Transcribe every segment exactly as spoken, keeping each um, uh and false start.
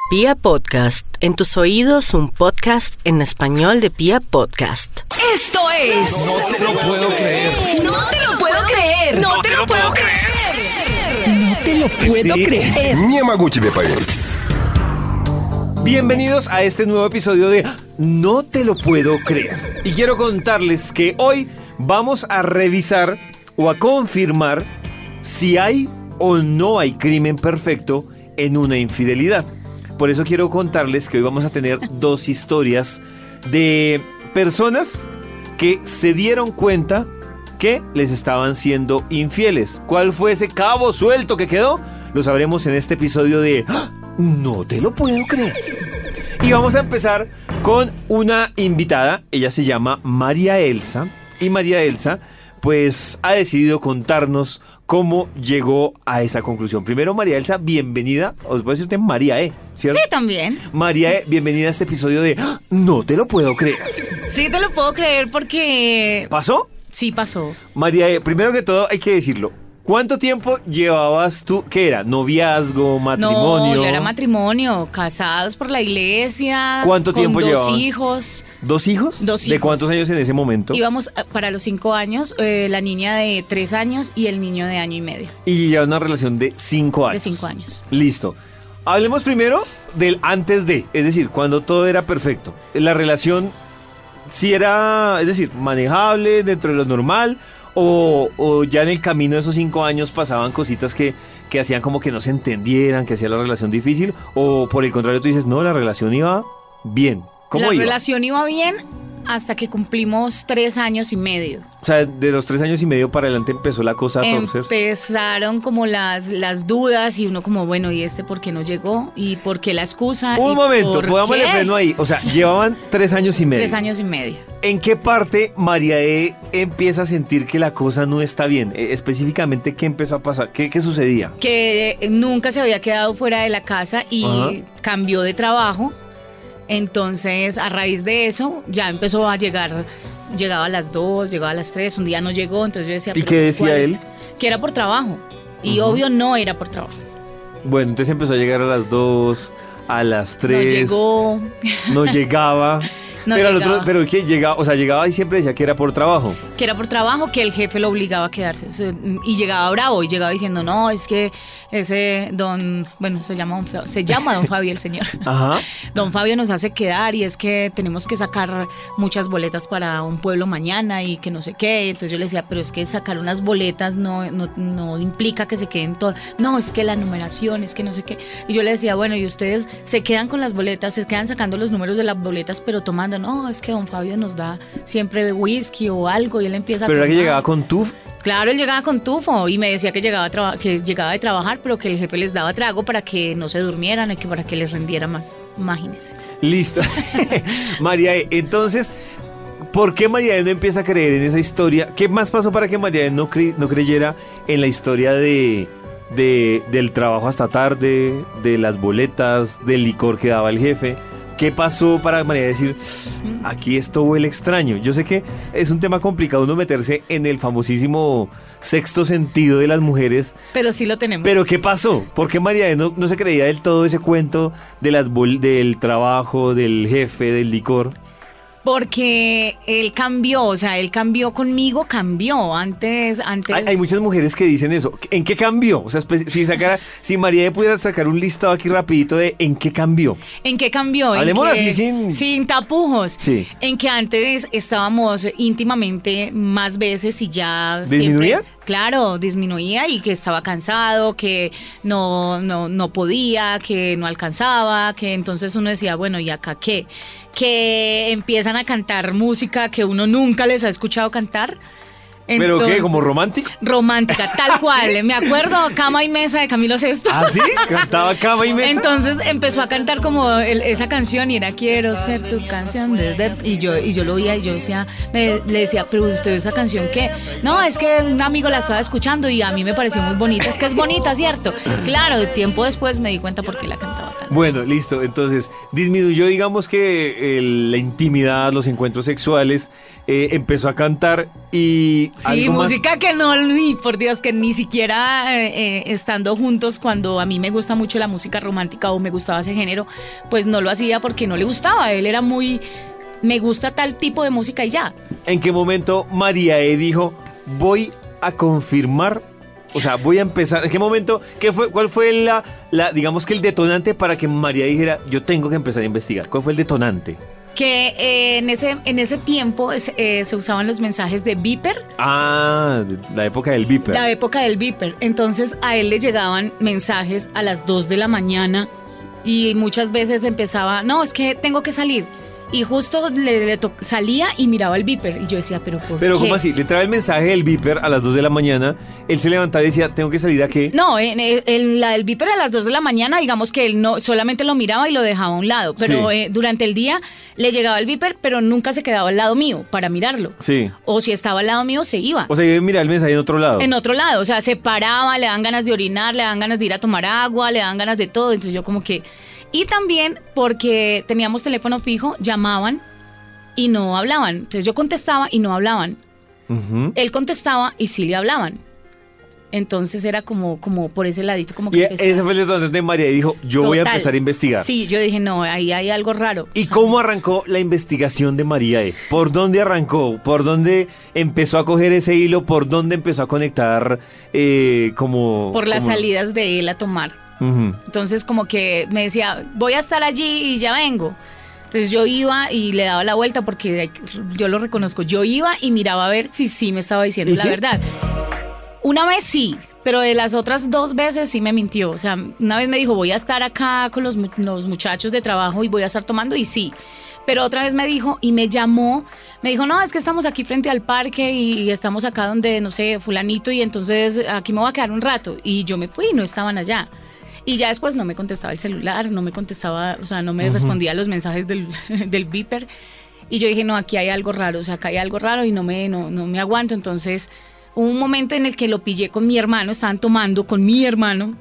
Pia Podcast, en tus oídos un podcast en español de Pia Podcast. Esto es... No te lo puedo creer. No te lo puedo creer. No te lo puedo creer. No te lo puedo Sí. creer. Не могу тебе поверить. Bienvenidos a este nuevo episodio de No te lo puedo creer. Y quiero contarles que hoy vamos a revisar o a confirmar si hay o no hay crimen perfecto en una infidelidad. Por eso quiero contarles que hoy vamos a tener dos historias de personas que se dieron cuenta que les estaban siendo infieles. ¿Cuál fue ese cabo suelto que quedó? Lo sabremos en este episodio de ¡Ah! No te lo puedo creer. Y vamos a empezar con una invitada. Ella se llama María Elsa. Y María Elsa, pues, ha decidido contarnos cómo llegó a esa conclusión. Primero, María Elsa, bienvenida. Os voy a decirte María E, ¿cierto? Sí, también. María E, bienvenida a este episodio de ¡Ah! No te lo puedo creer. Sí, te lo puedo creer porque... ¿Pasó? Sí, pasó. María E, primero que todo hay que decirlo. ¿Cuánto tiempo llevabas tú? ¿Qué era? ¿Noviazgo? ¿Matrimonio? No, ya era matrimonio. Casados por la iglesia. ¿Cuánto con tiempo dos llevaban? hijos. ¿Dos hijos? Dos ¿De hijos. cuántos años en ese momento? Íbamos a- para los cinco años, eh, la niña de tres años y el niño de año y medio. Y ya una relación de cinco años. De cinco años. Listo. Hablemos primero del antes de, es decir, cuando todo era perfecto. La relación sí era, es decir, manejable dentro de lo normal, o, o ya en el camino de esos cinco años pasaban cositas que, que hacían como que no se entendieran, que hacía la relación difícil, o por el contrario tú dices, no, la relación iba bien. ¿Cómo La iba? relación iba bien hasta que cumplimos tres años y medio. O sea, de los tres años y medio para adelante empezó la cosa a torcerse. Empezaron como las, las dudas y uno como, bueno, ¿y este por qué no llegó? ¿Y por qué la excusa? Un ¿Y momento, por pongámosle qué? freno ahí. O sea, llevaban tres años y medio. Tres años y medio. ¿En qué parte María E empieza a sentir que la cosa no está bien? Eh, específicamente, ¿qué empezó a pasar? ¿Qué, qué sucedía? Que eh, nunca se había quedado fuera de la casa y Ajá. cambió de trabajo. Entonces, a raíz de eso, ya empezó a llegar, llegaba a las dos, llegaba a las tres, un día no llegó, entonces yo decía... ¿Y ¿pero qué decía cuál es? él? Que era por trabajo. Y Ujú. obvio no era por trabajo. Bueno, entonces empezó a llegar a las dos, a las tres. No llegó. No llegaba. No pero al llegaba. otro, pero que llegaba, o sea, llegaba y siempre decía que era por trabajo. Que era por trabajo, que el jefe lo obligaba a quedarse. O sea, y llegaba bravo y llegaba diciendo, no, es que ese don, bueno, se llama don, Fa- se llama don Fabio el señor. Ajá. Don Fabio nos hace quedar y es que tenemos que sacar muchas boletas para un pueblo mañana y que no sé qué. Entonces yo le decía, pero es que sacar unas boletas no, no, no implica que se queden todas. No, es que la numeración, es que no sé qué. Y yo le decía, bueno, y ustedes se quedan con las boletas, se quedan sacando los números de las boletas, pero tomando. No, es que don Fabio nos da siempre whisky o algo y él empieza Pero a era que tomar. llegaba con tuf. Claro, él llegaba con tufo y me decía que llegaba, a traba- que llegaba de trabajar, pero que el jefe les daba trago para que no se durmieran y que para que les rendiera más. Imagínense. Listo. María E, entonces, ¿por qué María E no empieza a creer en esa historia? ¿Qué más pasó para que María E no, cre- no creyera en la historia de, de- del trabajo hasta tarde, de las boletas, del licor que daba el jefe? ¿Qué pasó para María E decir, aquí esto huele extraño? Yo sé que es un tema complicado uno meterse en el famosísimo sexto sentido de las mujeres, Pero sí lo tenemos. pero ¿qué pasó? ¿Por qué María E no, no se creía del todo ese cuento de las bol- del trabajo, del jefe, del licor? Porque él cambió, o sea, él cambió conmigo, cambió. Antes, antes. Hay, hay muchas mujeres que dicen eso. ¿En qué cambió? O sea, espe- si, sacara, si María E pudiera sacar un listado aquí rapidito de ¿en qué cambió? ¿En qué cambió? ¿En Hablemos qué- así sin- sin tapujos. Sí. En que antes estábamos íntimamente más veces y ya ¿Disminuía? siempre... Claro, disminuía y que estaba cansado, que no, no, no podía, que no alcanzaba, que entonces uno decía, bueno, ¿y acá qué? Que empiezan a cantar música que uno nunca les ha escuchado cantar. ¿Pero qué? Entonces, ¿Como romántico? Romántica, tal cual. Me acuerdo, Cama y Mesa de Camilo Sesto. ¿Ah, sí? Cantaba cama y mesa. Entonces empezó a cantar como el- esa canción y era Quiero ser tu canción desde... Y yo, y yo lo oía y yo decía, me- le decía, pero usted esa canción ¿qué? No, es que un amigo la estaba escuchando y a mí me pareció muy bonita. Es que es bonita, ¿cierto? Claro, tiempo después me di cuenta por qué la cantaba tanto. Bueno, listo. Entonces, disminuyó, digamos que el- la intimidad, los encuentros sexuales, eh, empezó a cantar y Sí, ¿Algo más? música que no, ni por Dios, que ni siquiera eh, eh, estando juntos, cuando a mí me gusta mucho la música romántica o me gustaba ese género, pues no lo hacía porque no le gustaba. Él era muy, me gusta tal tipo de música y ya. ¿En qué momento María E dijo, voy a confirmar? O sea, voy a empezar. ¿En qué momento? ¿Qué fue, ¿Cuál fue la, la, digamos que el detonante para que María dijera, yo tengo que empezar a investigar? ¿Cuál fue el detonante? Que eh, en, ese, en ese tiempo es, eh, se usaban los mensajes de Viper. Ah, la época del Viper. La época del Viper. Entonces a él le llegaban mensajes a las dos de la mañana y muchas veces empezaba, no, es que tengo que salir. Y justo le, le to- salía y miraba el Viper. Y yo decía, ¿pero por Pero qué? ¿cómo así? Le trae el mensaje del Viper a las dos de la mañana, él se levantaba y decía, ¿tengo que salir a qué? No, en, en la del Viper a las dos de la mañana, digamos que él no solamente lo miraba y lo dejaba a un lado. Pero Sí. eh, durante el día le llegaba el Viper, pero nunca se quedaba al lado mío para mirarlo. Sí. O si estaba al lado mío, se iba. O sea, yo mira el mensaje en otro lado. En otro lado, o sea, se paraba, le dan ganas de orinar, le dan ganas de ir a tomar agua, le dan ganas de todo. Entonces yo como que... Y también porque teníamos teléfono fijo, llamaban y no hablaban. Entonces yo contestaba y no hablaban. Ujú. Él contestaba y sí le hablaban. Entonces era como, como por ese ladito, como que Y empecé. ese fue el detonante de María y dijo, yo voy a Total. empezar a investigar. Sí, yo dije, no, ahí hay algo raro. ¿Y O sea, cómo arrancó la investigación de María E? ¿Por dónde arrancó? ¿Por dónde empezó a coger ese hilo? ¿Por dónde empezó a conectar eh, como... Por las como- salidas de él a tomar. Ujú. Entonces como que me decía, voy a estar allí y ya vengo. Entonces yo iba y le daba la vuelta porque yo lo reconozco. Yo iba y miraba a ver si sí me estaba diciendo ¿Y la sí? verdad. Una vez sí, pero de las otras dos veces sí me mintió. O sea, una vez me dijo, voy a estar acá con los, mu- los muchachos de trabajo y voy a estar tomando y sí. Pero otra vez me dijo y me llamó, me dijo, no, es que estamos aquí frente al parque y estamos acá donde, no sé, fulanito y entonces aquí me voy a quedar un rato. Y yo me fui y no estaban allá. Y ya después no me contestaba el celular, no me contestaba, o sea, no me respondía a los mensajes del, del Viper. Y yo dije, no, aquí hay algo raro, o sea, acá hay algo raro y no me, no, no me aguanto. Entonces, hubo un momento en el que lo pillé con mi hermano, estaban tomando con mi hermano.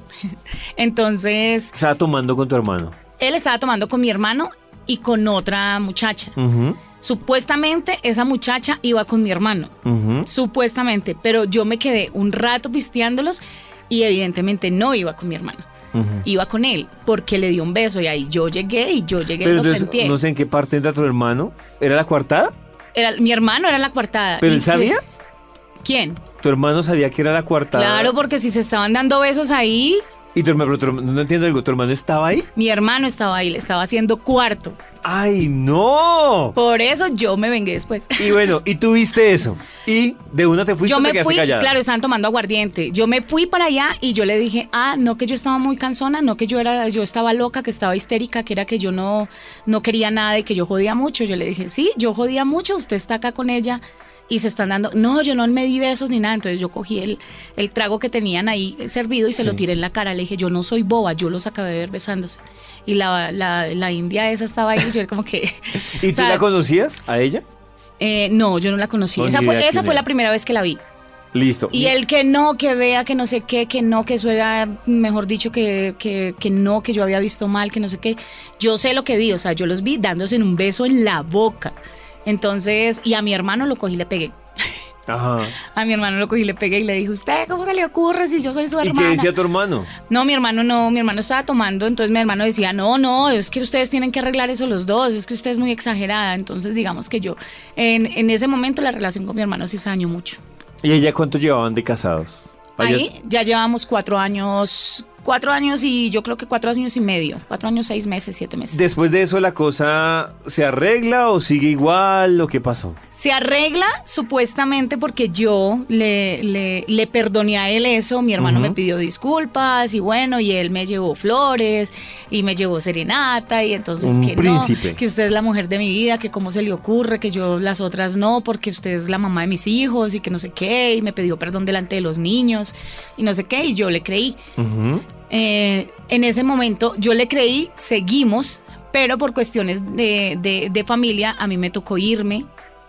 Entonces, Estaba tomando con tu hermano. él estaba tomando con mi hermano y con otra muchacha. Ujú, Supuestamente esa muchacha iba con mi hermano, ujú. supuestamente, pero yo me quedé un rato pisteándolos y evidentemente no iba con mi hermano. Ujú. Iba con él porque le dio un beso y ahí yo llegué y yo llegué y Pero lo entonces, frenteé. no sé en qué parte entra tu hermano. ¿Era la coartada? Era, mi hermano era la coartada. ¿Pero Y él sabía? ¿Quién? ¿Tu hermano sabía que era la coartada? Claro, porque si se estaban dando besos ahí, Y tu hermano, pero tu hermano- no entiendo algo, ¿tu hermano estaba ahí? mi hermano estaba ahí, le estaba haciendo cuarto. ¡Ay, no! Por eso yo me vengué después. Y bueno, y tú viste eso. Y de una te fuiste Yo o te me quedaste fui, callada. claro, estaban tomando aguardiente. Yo me fui para allá y yo le dije, ah, no que yo estaba muy cansona, no que yo era, yo estaba loca, que estaba histérica, que era que yo no, no quería nada y que yo jodía mucho. Yo le dije, sí, yo jodía mucho, usted está acá con ella y se están dando. No, yo no me di besos ni nada. Entonces yo cogí el, el trago que tenían ahí servido y se Sí. lo tiré en la cara. Le dije, yo no soy boba, yo los acabé de ver besándose. Y la, la, la india esa estaba ahí y yo era como que... ¿Y o tú sea, la conocías a ella? eh, no, yo no la conocí. No, Esa ni fue, idea esa quién fue era. la primera vez que la vi. Listo. Y él que no, que vea, que no sé qué, que no, que eso era, mejor dicho, que, que, que no, que yo había visto mal, que no sé qué. Yo sé lo que vi, o sea, yo los vi dándose en un beso en la boca. Entonces, y a mi hermano lo cogí y le pegué. Ajá. A mi hermano lo cogí y le pegué y le dije, ¿usted cómo se le ocurre si yo soy su ¿Y hermana? qué decía tu hermano? No, mi hermano no, mi hermano estaba tomando, entonces mi hermano decía, no, no, es que ustedes tienen que arreglar eso los dos, es que usted es muy exagerada. Entonces, digamos que yo, en, en ese momento la relación con mi hermano sí se dañó mucho. ¿Y ella cuánto llevaban de casados? Ahí ya llevamos cuatro años, cuatro años y yo creo que cuatro años y medio, cuatro años, seis meses, siete meses. Después de eso, ¿la cosa se arregla o sigue igual o qué pasó? Se arregla supuestamente porque yo le, le, le perdoné a él eso, mi hermano Ujú. me pidió disculpas y bueno, y él me llevó flores y me llevó serenata y entonces Un que príncipe. no, que usted es la mujer de mi vida, que cómo se le ocurre, que yo las otras no, porque usted es la mamá de mis hijos y que no sé qué, y me pidió perdón delante de los niños y no sé qué, y yo le creí. Ujú. Eh, en ese momento yo le creí, seguimos, pero por cuestiones de, de, de familia a mí me tocó irme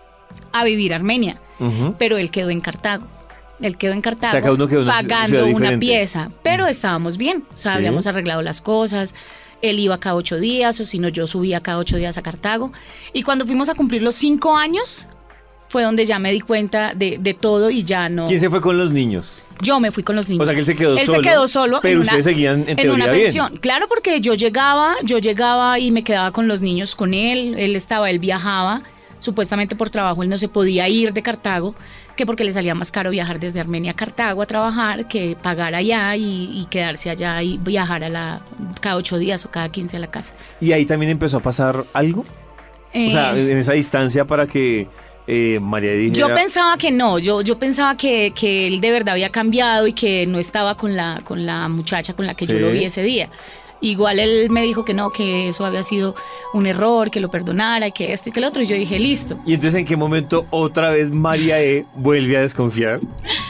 a vivir a Armenia, Ujú. pero él quedó en Cartago. Él quedó en Cartago O sea, cada uno quedó en una pagando ciudad una diferente. pieza, pero estábamos bien, o sea, Sí. habíamos arreglado las cosas. Él iba cada ocho días, o si no, yo subía cada ocho días a Cartago. Y cuando fuimos a cumplir los cinco años, fue donde ya me di cuenta de, de todo y ya no... ¿Quién se fue con los niños? Yo me fui con los niños. O sea, que él se quedó él solo. Él se quedó solo. Pero en ustedes una, seguían en, en teoría una bien. pensión. Claro, porque yo llegaba, yo llegaba y me quedaba con los niños con él. Él estaba, él viajaba. Supuestamente por trabajo él no se podía ir de Cartago, que porque le salía más caro viajar desde Armenia a Cartago a trabajar que pagar allá y, y quedarse allá y viajar a la, cada ocho días o cada quince a la casa. ¿Y ahí también empezó a pasar algo? Eh, o sea, en esa distancia para que eh, María dijera... Yo pensaba que no, yo, yo pensaba que, que él de verdad había cambiado y que no estaba con la, con la muchacha con la que Sí. yo lo vi ese día. Igual él me dijo que no, que eso había sido un error, que lo perdonara, y que esto y que lo otro. Y yo dije, listo. ¿Y entonces en qué momento otra vez María E. vuelve a desconfiar?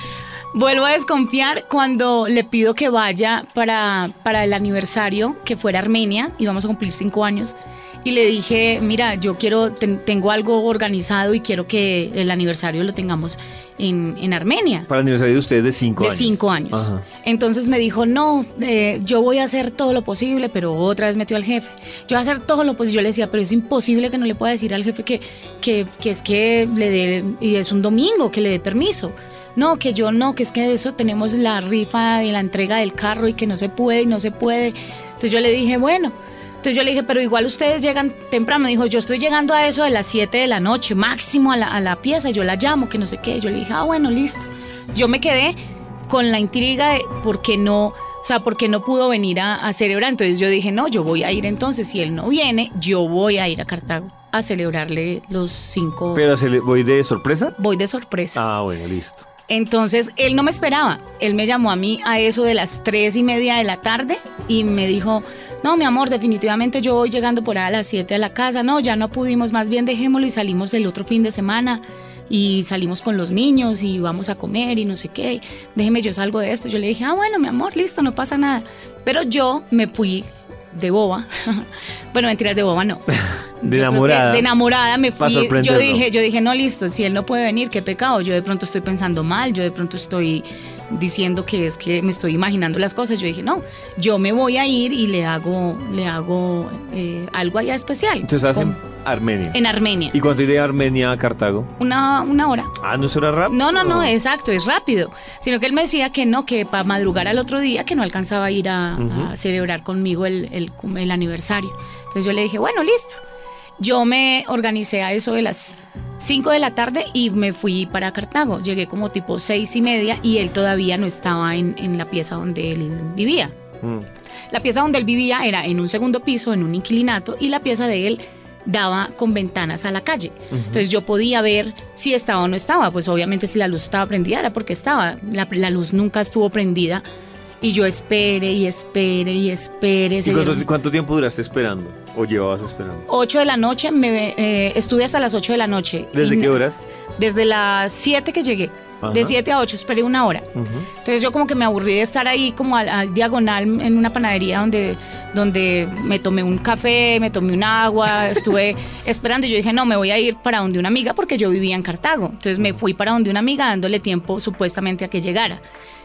Vuelvo a desconfiar cuando le pido que vaya para, para el aniversario, que fuera Armenia, y vamos a cumplir cinco años. Y le dije, mira, yo quiero, ten, tengo algo organizado y quiero que el aniversario lo tengamos en, en Armenia. Para el aniversario de ustedes de cinco de años. De cinco años. Ajá. Entonces me dijo, no, eh, yo voy a hacer todo lo posible, pero otra vez metió al jefe. Yo voy a hacer todo lo posible. Yo le decía, pero es imposible que no le pueda decir al jefe que, que, que es que le dé, y es un domingo, que le dé permiso. No, que yo no, que es que eso tenemos la rifa y la entrega del carro y que no se puede y no se puede. Entonces yo le dije, bueno... Entonces yo le dije, pero igual ustedes llegan temprano. Me dijo, yo estoy llegando a eso de las siete de la noche, máximo a la, a la pieza. Yo la llamo, que no sé qué. Yo le dije, ah, bueno, listo. Yo me quedé con la intriga de por qué no, o sea, por qué no pudo venir a, a celebrar. Entonces yo dije, no, yo voy a ir entonces. Si él no viene, yo voy a ir a Cartago a celebrarle los cinco. ¿Pero se le voy de sorpresa? Voy de sorpresa. Ah, bueno, listo. Entonces, él no me esperaba. Él me llamó a mí a eso de las tres y media de la tarde y me dijo, no, mi amor, definitivamente yo voy llegando por ahí a las siete de la casa. No, ya no pudimos, más bien dejémoslo y salimos el otro fin de semana y salimos con los niños y vamos a comer y no sé qué. Déjeme, yo salgo de esto. Yo le dije, ah, bueno, mi amor, listo, no pasa nada. Pero yo me fui de boba. Bueno, mentiras, de boba no. De Yo enamorada. De enamorada me Pa' fui. Yo sorprenderlo. dije, yo dije, no, listo, si él no puede venir, qué pecado. Yo de pronto estoy pensando mal, yo de pronto estoy diciendo que es que me estoy imaginando las cosas. Yo dije, no, yo me voy a ir y le hago, le hago eh, algo allá especial. Entonces estás en Con- Armenia. en Armenia. ¿Y cuánto hay de Armenia a Cartago? Una, una hora. Ah, ¿no será rápido? No, no, no, exacto, es rápido. Sino que él me decía que no, que para madrugar al otro día, que no alcanzaba a ir a, Ujú. a celebrar conmigo el, el, cum- el aniversario. Entonces yo le dije, bueno, listo. Yo me organicé a eso de las cinco de la tarde y me fui para Cartago. Llegué como tipo seis y media y él todavía no estaba en, en la pieza donde él vivía. Mm. La pieza donde él vivía era en un segundo piso, en un inquilinato, y la pieza de él daba con ventanas a la calle. Entonces yo podía ver si estaba o no estaba. Pues obviamente si la luz estaba prendida era porque estaba. La, la luz nunca estuvo prendida. Y yo espere y espere y espere. ¿Y Se cuánto, dieron cuánto tiempo duraste esperando? ¿O llevabas esperando? ocho de la noche, me, eh, estuve hasta las ocho de la noche. ¿Desde Y qué na- horas? Desde las siete que llegué. Ajá. De siete a ocho, esperé una hora. Ujú. Entonces yo como que me aburrí de estar ahí como al, al diagonal en una panadería donde, donde me tomé un café, me tomé un agua, estuve esperando y yo dije, no, me voy a ir para donde una amiga porque yo vivía en Cartago. Entonces me fui para donde una amiga dándole tiempo supuestamente a que llegara.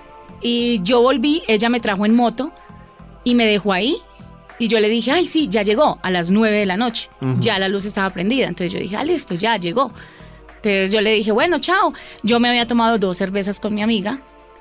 Y yo volví, ella me trajo en moto y me dejó ahí. Y yo le dije, ay, sí, ya llegó a las nueve de la noche. Ujú. Ya la luz estaba prendida. Entonces yo dije, ah, listo, ya llegó. Entonces yo le dije, bueno, chao. Yo me había tomado dos cervezas con mi amiga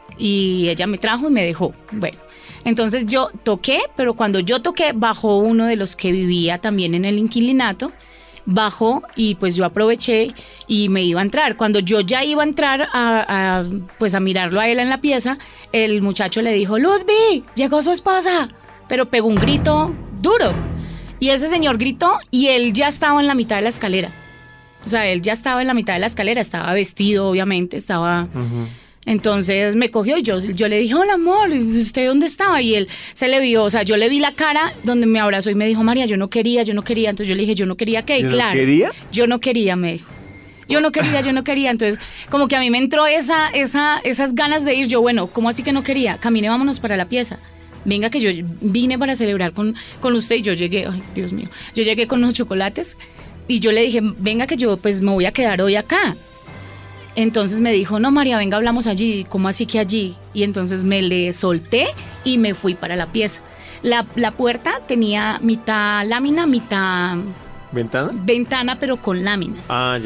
y ella me trajo y me dejó. Bueno, entonces yo toqué, pero cuando yo toqué, bajó uno de los que vivía también en el inquilinato. Bajó y pues yo aproveché y me iba a entrar. Cuando yo ya iba a entrar a, a, pues a mirarlo a él en la pieza, el muchacho le dijo, Ludvi, llegó su esposa. Pero pegó un grito duro. Y ese señor gritó y él ya estaba en la mitad de la escalera. O sea, él ya estaba en la mitad de la escalera, estaba vestido, obviamente, estaba... Ujú. Entonces me cogió y yo, yo le dije, hola amor, ¿usted dónde estaba? Y él se le vio, o sea, yo le vi la cara donde me abrazó y me dijo, María, yo no quería, yo no quería. Entonces yo le dije, yo no quería que, ¿Yo no claro. quería? Yo no quería, me dijo. Yo no quería, yo no quería. Entonces, como que a mí me entró esa, esa, esas ganas de ir. Yo, bueno, ¿cómo así que no quería? Camine, vámonos para la pieza. Venga que yo vine para celebrar con, con usted y yo llegué, ay, Dios mío, yo llegué con unos chocolates y yo le dije, venga que yo pues me voy a quedar hoy acá. Entonces me dijo, no María, venga, hablamos allí. ¿Cómo así que allí? Y entonces me le solté y me fui para la pieza. La, la puerta tenía mitad lámina, mitad ¿Ventana? ventana, pero con láminas. Ah, ya.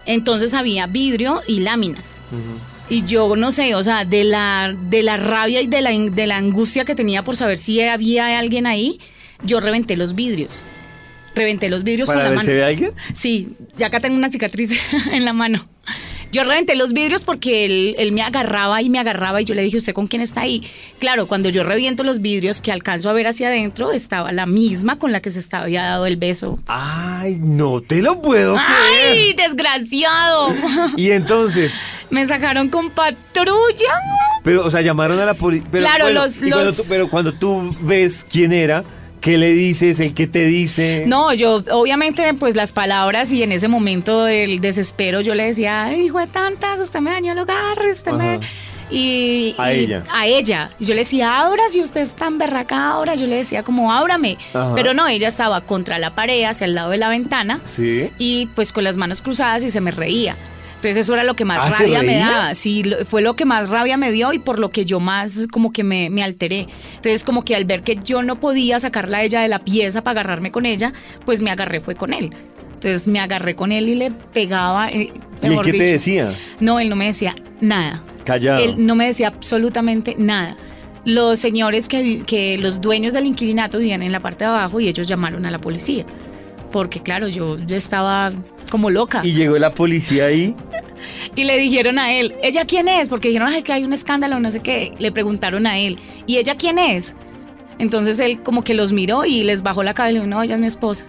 Entonces había vidrio y láminas. Uh-huh. Y yo no sé, o sea, de la, de la rabia y de la, de la angustia que tenía por saber si había alguien ahí, yo reventé los vidrios. Reventé los vidrios con la ¿Para ver mano. si ve alguien? Sí, ya acá tengo una cicatriz en la mano. Yo reventé los vidrios porque él, él me agarraba y me agarraba y yo le dije, ¿usted con quién está ahí? Claro, cuando yo reviento los vidrios que alcanzo a ver hacia adentro, estaba la misma con la que se estaba, había dado el beso. Ay, no te lo puedo ¡Ay, creer. desgraciado! Y entonces... Me sacaron con patrulla. Pero, o sea, llamaron a la policía. Claro, los- Cuando los- tú, pero cuando tú ves quién era, ¿qué le dices? ¿El que te dice? No, yo obviamente pues las palabras y en ese momento del desespero yo le decía, "Ay, hijo de tantas, usted me dañó el hogar, usted Ajá. me... Y, A y- ella. A ella. Y yo le decía, abra si usted es tan berraca ahora. Yo le decía como, ábrame. Ajá. Pero no, ella estaba contra la pared, hacia el lado de la ventana. Sí. Y pues con las manos cruzadas y se me reía. Entonces eso era lo que más ¿Ah, se rabia me reía? daba. Sí, lo- fue lo que más rabia me dio y por lo que yo más como que me, me alteré. Entonces como que al ver que yo no podía sacarla a ella de la pieza para agarrarme con ella, pues me agarré fue con él. Entonces me agarré con él y le pegaba. eh, ¿Y él mejor qué te dicho. decía? No, él no me decía nada. Callado. Él no me decía absolutamente nada. Los señores que, vi- que los dueños del inquilinato vivían en la parte de abajo y ellos llamaron a la policía. Porque claro, yo, yo estaba como loca. Y llegó la policía ahí. Y le dijeron a él, ¿ella quién es? Porque dijeron, ay, que hay un escándalo, no sé qué. Le preguntaron a él, ¿y ella quién es? Entonces él como que los miró y les bajó la cabeza y le dijo, no, ella es mi esposa.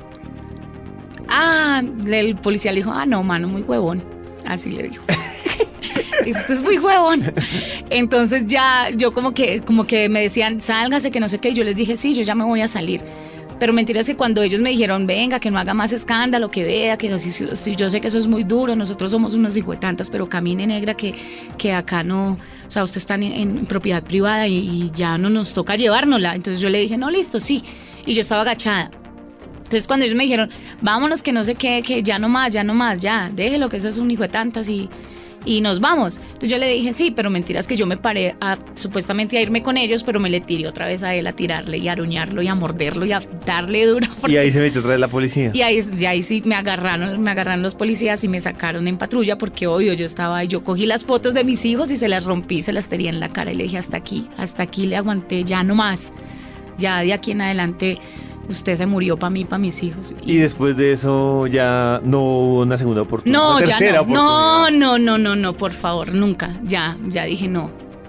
Ah, el policía le dijo, ah, no, mano, muy huevón. Así le dijo. Dijo, usted es muy huevón. Entonces ya yo como que, como que me decían, sálgase, que no sé qué. Y yo les dije, sí, yo ya me voy a salir. Pero mentira es que cuando ellos me dijeron, venga, que no haga más escándalo, que vea, que así, si, si yo sé que eso es muy duro, nosotros somos unos hijuetantas, pero camine negra, que, que acá no, o sea, usted está en, en propiedad privada y, y ya no nos toca llevárnosla. Entonces yo le dije, no, listo, sí. Y yo estaba agachada. Entonces cuando ellos me dijeron, vámonos, que no sé qué, que ya no más, ya no más, ya, déjelo, que eso es un hijo de tantas y... y nos vamos. Entonces yo le dije, sí, pero mentiras que yo me paré a, supuestamente a irme con ellos, pero me le tiré otra vez a él a tirarle y a aruñarlo y a morderlo y a darle duro. Y ahí se metió otra vez la policía. Y ahí, y ahí sí me agarraron, me agarraron los policías y me sacaron en patrulla porque obvio yo estaba ahí, yo cogí las fotos de mis hijos y se las rompí, se las tenía en la cara y le dije, hasta aquí, hasta aquí le aguanté, ya no más. Ya de aquí en adelante usted se murió para mí, para mis hijos. Y después de eso ya no hubo una segunda oportunidad. No, una ya tercera no. No, oportunidad. no, no, no, no, por favor, nunca. Ya, ya dije no.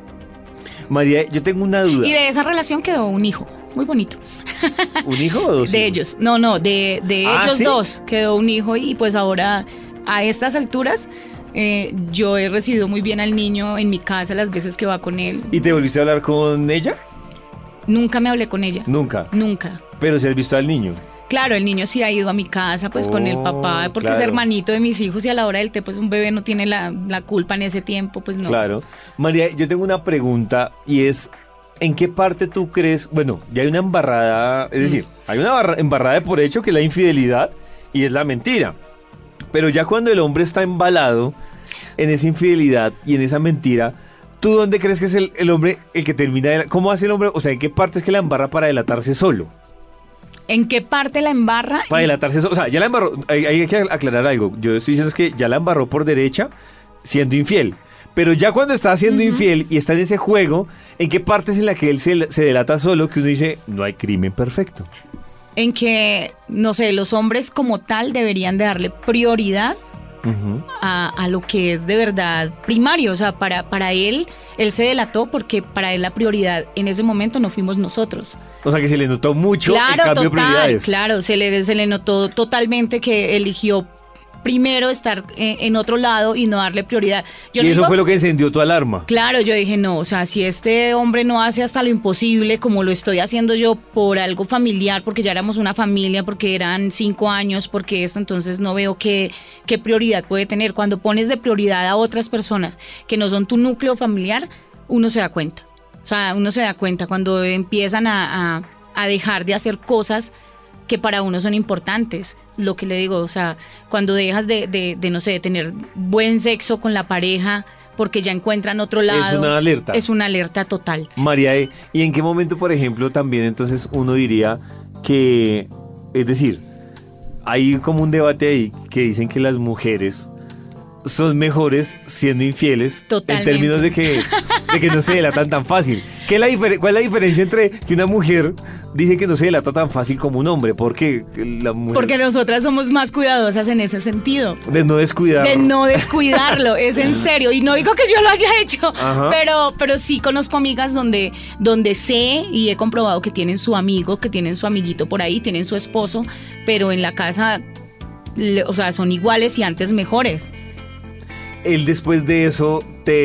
María, yo tengo una duda. Y de esa relación quedó un hijo, muy bonito. ¿Un hijo o dos De hijos? ellos, no, no, de, de Ah, ellos ¿sí? dos quedó un hijo y pues ahora a estas alturas eh, yo he recibido muy bien al niño en mi casa las veces que va con él. ¿Y te volviste a hablar con ella? Nunca me hablé con ella. Nunca. Nunca. Pero si has visto al niño. Claro, el niño sí ha ido a mi casa pues con el Oh, papá porque claro. es hermanito de mis hijos y a la hora del té pues un bebé no tiene la, la culpa en ese tiempo, pues no. Claro. María, yo tengo una pregunta y es, ¿en qué parte tú crees? Bueno, ya hay una embarrada, es decir, hay una barra- embarrada de por hecho que es la infidelidad y es la mentira. Pero ya cuando el hombre está embalado en esa infidelidad y en esa mentira, ¿tú dónde crees que es el, el hombre el que termina? De, ¿Cómo hace el hombre? O sea, ¿en qué parte es que la embarra para delatarse solo? ¿En qué parte la embarra? Para delatarse solo. O sea, ya la embarró. Hay, hay que aclarar algo. Yo estoy diciendo es que ya la embarró por derecha siendo infiel. Pero ya cuando está siendo uh-huh. infiel y está en ese juego, ¿en qué parte es en la que él se, se delata solo que uno dice, no hay crimen perfecto? En que, no sé, los hombres como tal deberían de darle prioridad uh-huh. a, a lo que es de verdad primario. O sea, para, para él, él se delató porque para él la prioridad en ese momento no fuimos nosotros. O sea, que se le notó mucho claro, el cambio total, de prioridades. Claro, se le, se le notó totalmente que eligió primero estar en, en otro lado y no darle prioridad. Yo y no eso digo, fue lo que encendió tu alarma. Claro, yo dije, no, o sea, si este hombre no hace hasta lo imposible como lo estoy haciendo yo por algo familiar, porque ya éramos una familia, porque eran cinco años, porque esto, entonces no veo qué, qué prioridad puede tener. Cuando pones de prioridad a otras personas que no son tu núcleo familiar, uno se da cuenta. O sea, uno se da cuenta cuando empiezan a, a, a dejar de hacer cosas que para uno son importantes. Lo que le digo, o sea, cuando dejas de, de, de no sé, de tener buen sexo con la pareja porque ya encuentran otro lado. Es una alerta. Es una alerta total. María, ¿y en qué momento, por ejemplo, también entonces uno diría que, es decir, hay como un debate ahí que dicen que las mujeres son mejores siendo infieles. Totalmente. En términos de que, de que no se delatan tan fácil. ¿Qué es la difer- ¿Cuál es la diferencia entre que una mujer dice que no se delata tan fácil como un hombre? ¿Por qué la mujer? Porque nosotras somos más cuidadosas en ese sentido. De no descuidar. De no descuidarlo, es en serio. Y no digo que yo lo haya hecho, pero, pero sí conozco amigas donde, donde sé y he comprobado que tienen su amigo, que tienen su amiguito por ahí, tienen su esposo, pero en la casa, le- o sea, son iguales y antes mejores. Él después de eso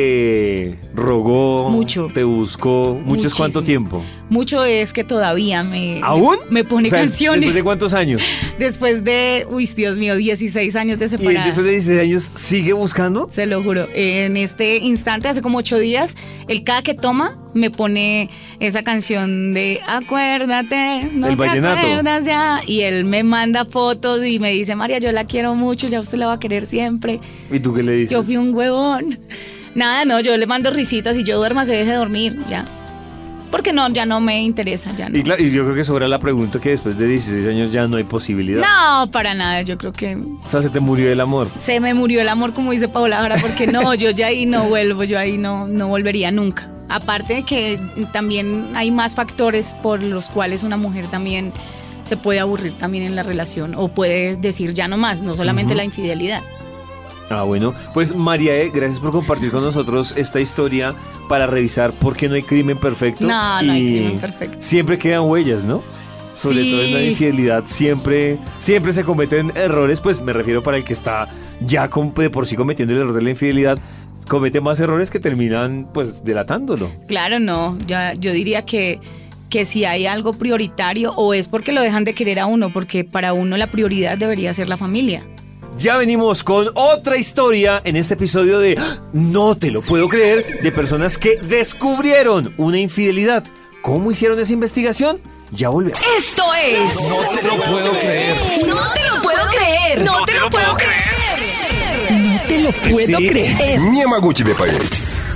te rogó, Mucho. te buscó, ¿mucho es Muchísimo. cuánto tiempo? Mucho es que todavía me, ¿Aún? me, me pone O sea, canciones. ¿después de cuántos años? Después de, uy, Dios mío, dieciséis años de ¿Y él separada. después de dieciséis años sigue buscando? Se lo juro. En este instante, hace como ocho días, él cada que toma me pone esa canción de acuérdate, no El te vallenato. acuerdas ya. Y él me manda fotos y me dice, María, yo la quiero mucho, ya usted la va a querer siempre. ¿Y tú qué le dices? Yo fui un huevón. Nada, no, yo le mando risitas y yo duerma, se deje dormir, ya. Porque no, ya no me interesa, ya no. Y, claro, y yo creo que sobra la pregunta que después de dieciséis años ya no hay posibilidad. No, para nada, yo creo que O sea, se te murió el amor. se me murió el amor, como dice Paola Jara, porque no, yo ya ahí no vuelvo, yo ahí no, no volvería nunca. Aparte de que también hay más factores por los cuales una mujer también se puede aburrir también en la relación o puede decir ya no más, no solamente Ujú. la infidelidad. Ah, bueno. Pues Mariae, gracias por compartir con nosotros esta historia para revisar por qué no hay crimen perfecto. No, no hay Y crimen perfecto. siempre quedan huellas, ¿no? Sobre Sí. todo en la infidelidad siempre, siempre se cometen errores, pues me refiero para el que está ya con- de por sí cometiendo el error de la infidelidad, comete más errores que terminan pues delatándolo. Claro, no, ya, yo diría que, que si hay algo prioritario o es porque lo dejan de querer a uno, porque para uno la prioridad debería ser la familia. Ya venimos con otra historia en este episodio de No te lo puedo creer, de personas que descubrieron una infidelidad. ¿Cómo hicieron esa investigación? Ya volvemos. Esto es... No te lo puedo creer. ¡No te lo puedo creer! ¡No te lo puedo creer! ¡No te lo puedo Sí. creer! Не могу тебе поверить.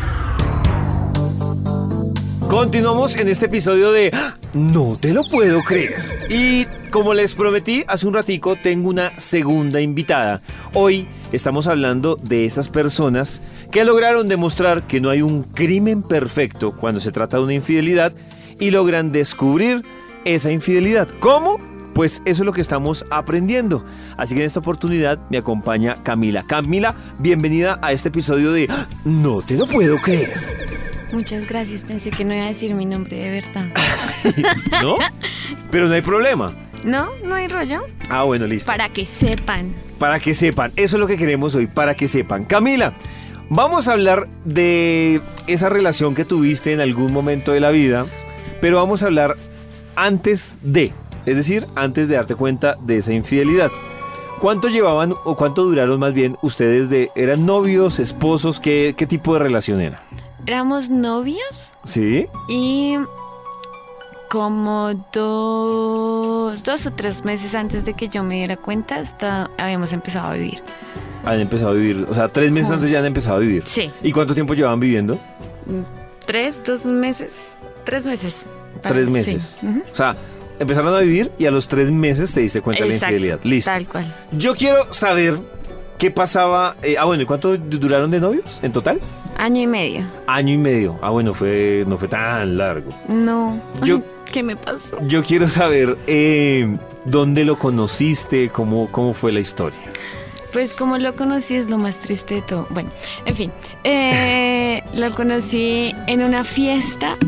Continuamos en este episodio de No te lo puedo creer. Y como les prometí hace un ratico, tengo una segunda invitada. Hoy estamos hablando de esas personas que lograron demostrar que no hay un crimen perfecto cuando se trata de una infidelidad y logran descubrir esa infidelidad. ¿Cómo? Pues eso es lo que estamos aprendiendo. Así que en esta oportunidad me acompaña Camila. Camila, bienvenida a este episodio de No te lo puedo creer. Muchas gracias, pensé que no iba a decir mi nombre de verdad. ¿No? Pero no hay problema. No, no hay rollo. Ah, bueno, listo. Para que sepan. Para que sepan, eso es lo que queremos hoy, para que sepan. Camila, vamos a hablar de esa relación que tuviste en algún momento de la vida, pero vamos a hablar antes de, es decir, antes de darte cuenta de esa infidelidad. ¿Cuánto llevaban o cuánto duraron más bien ustedes de, eran novios, esposos, qué, qué tipo de relación era? Éramos novios ¿Sí? y como dos, dos o tres meses antes de que yo me diera cuenta, hasta habíamos empezado a vivir. Han empezado a vivir, o sea, tres meses antes ya han empezado a vivir. Sí. ¿Y cuánto tiempo llevaban viviendo? Tres, dos meses, tres meses. Tres Sí. meses. Ujú. O sea, empezaron a vivir y a los tres meses te diste cuenta de la Exacto, infidelidad. Listo. tal cual. Yo quiero saber qué pasaba. eh, ah, bueno, ¿y cuánto duraron de novios en total? Año y medio. Año y medio. Ah, bueno, fue, no fue tan largo. No. Yo- ¿Qué me pasó? Yo quiero saber eh, dónde lo conociste, cómo, cómo fue la historia. Pues como lo conocí es lo más triste de todo. Bueno, en fin, eh, lo conocí en una fiesta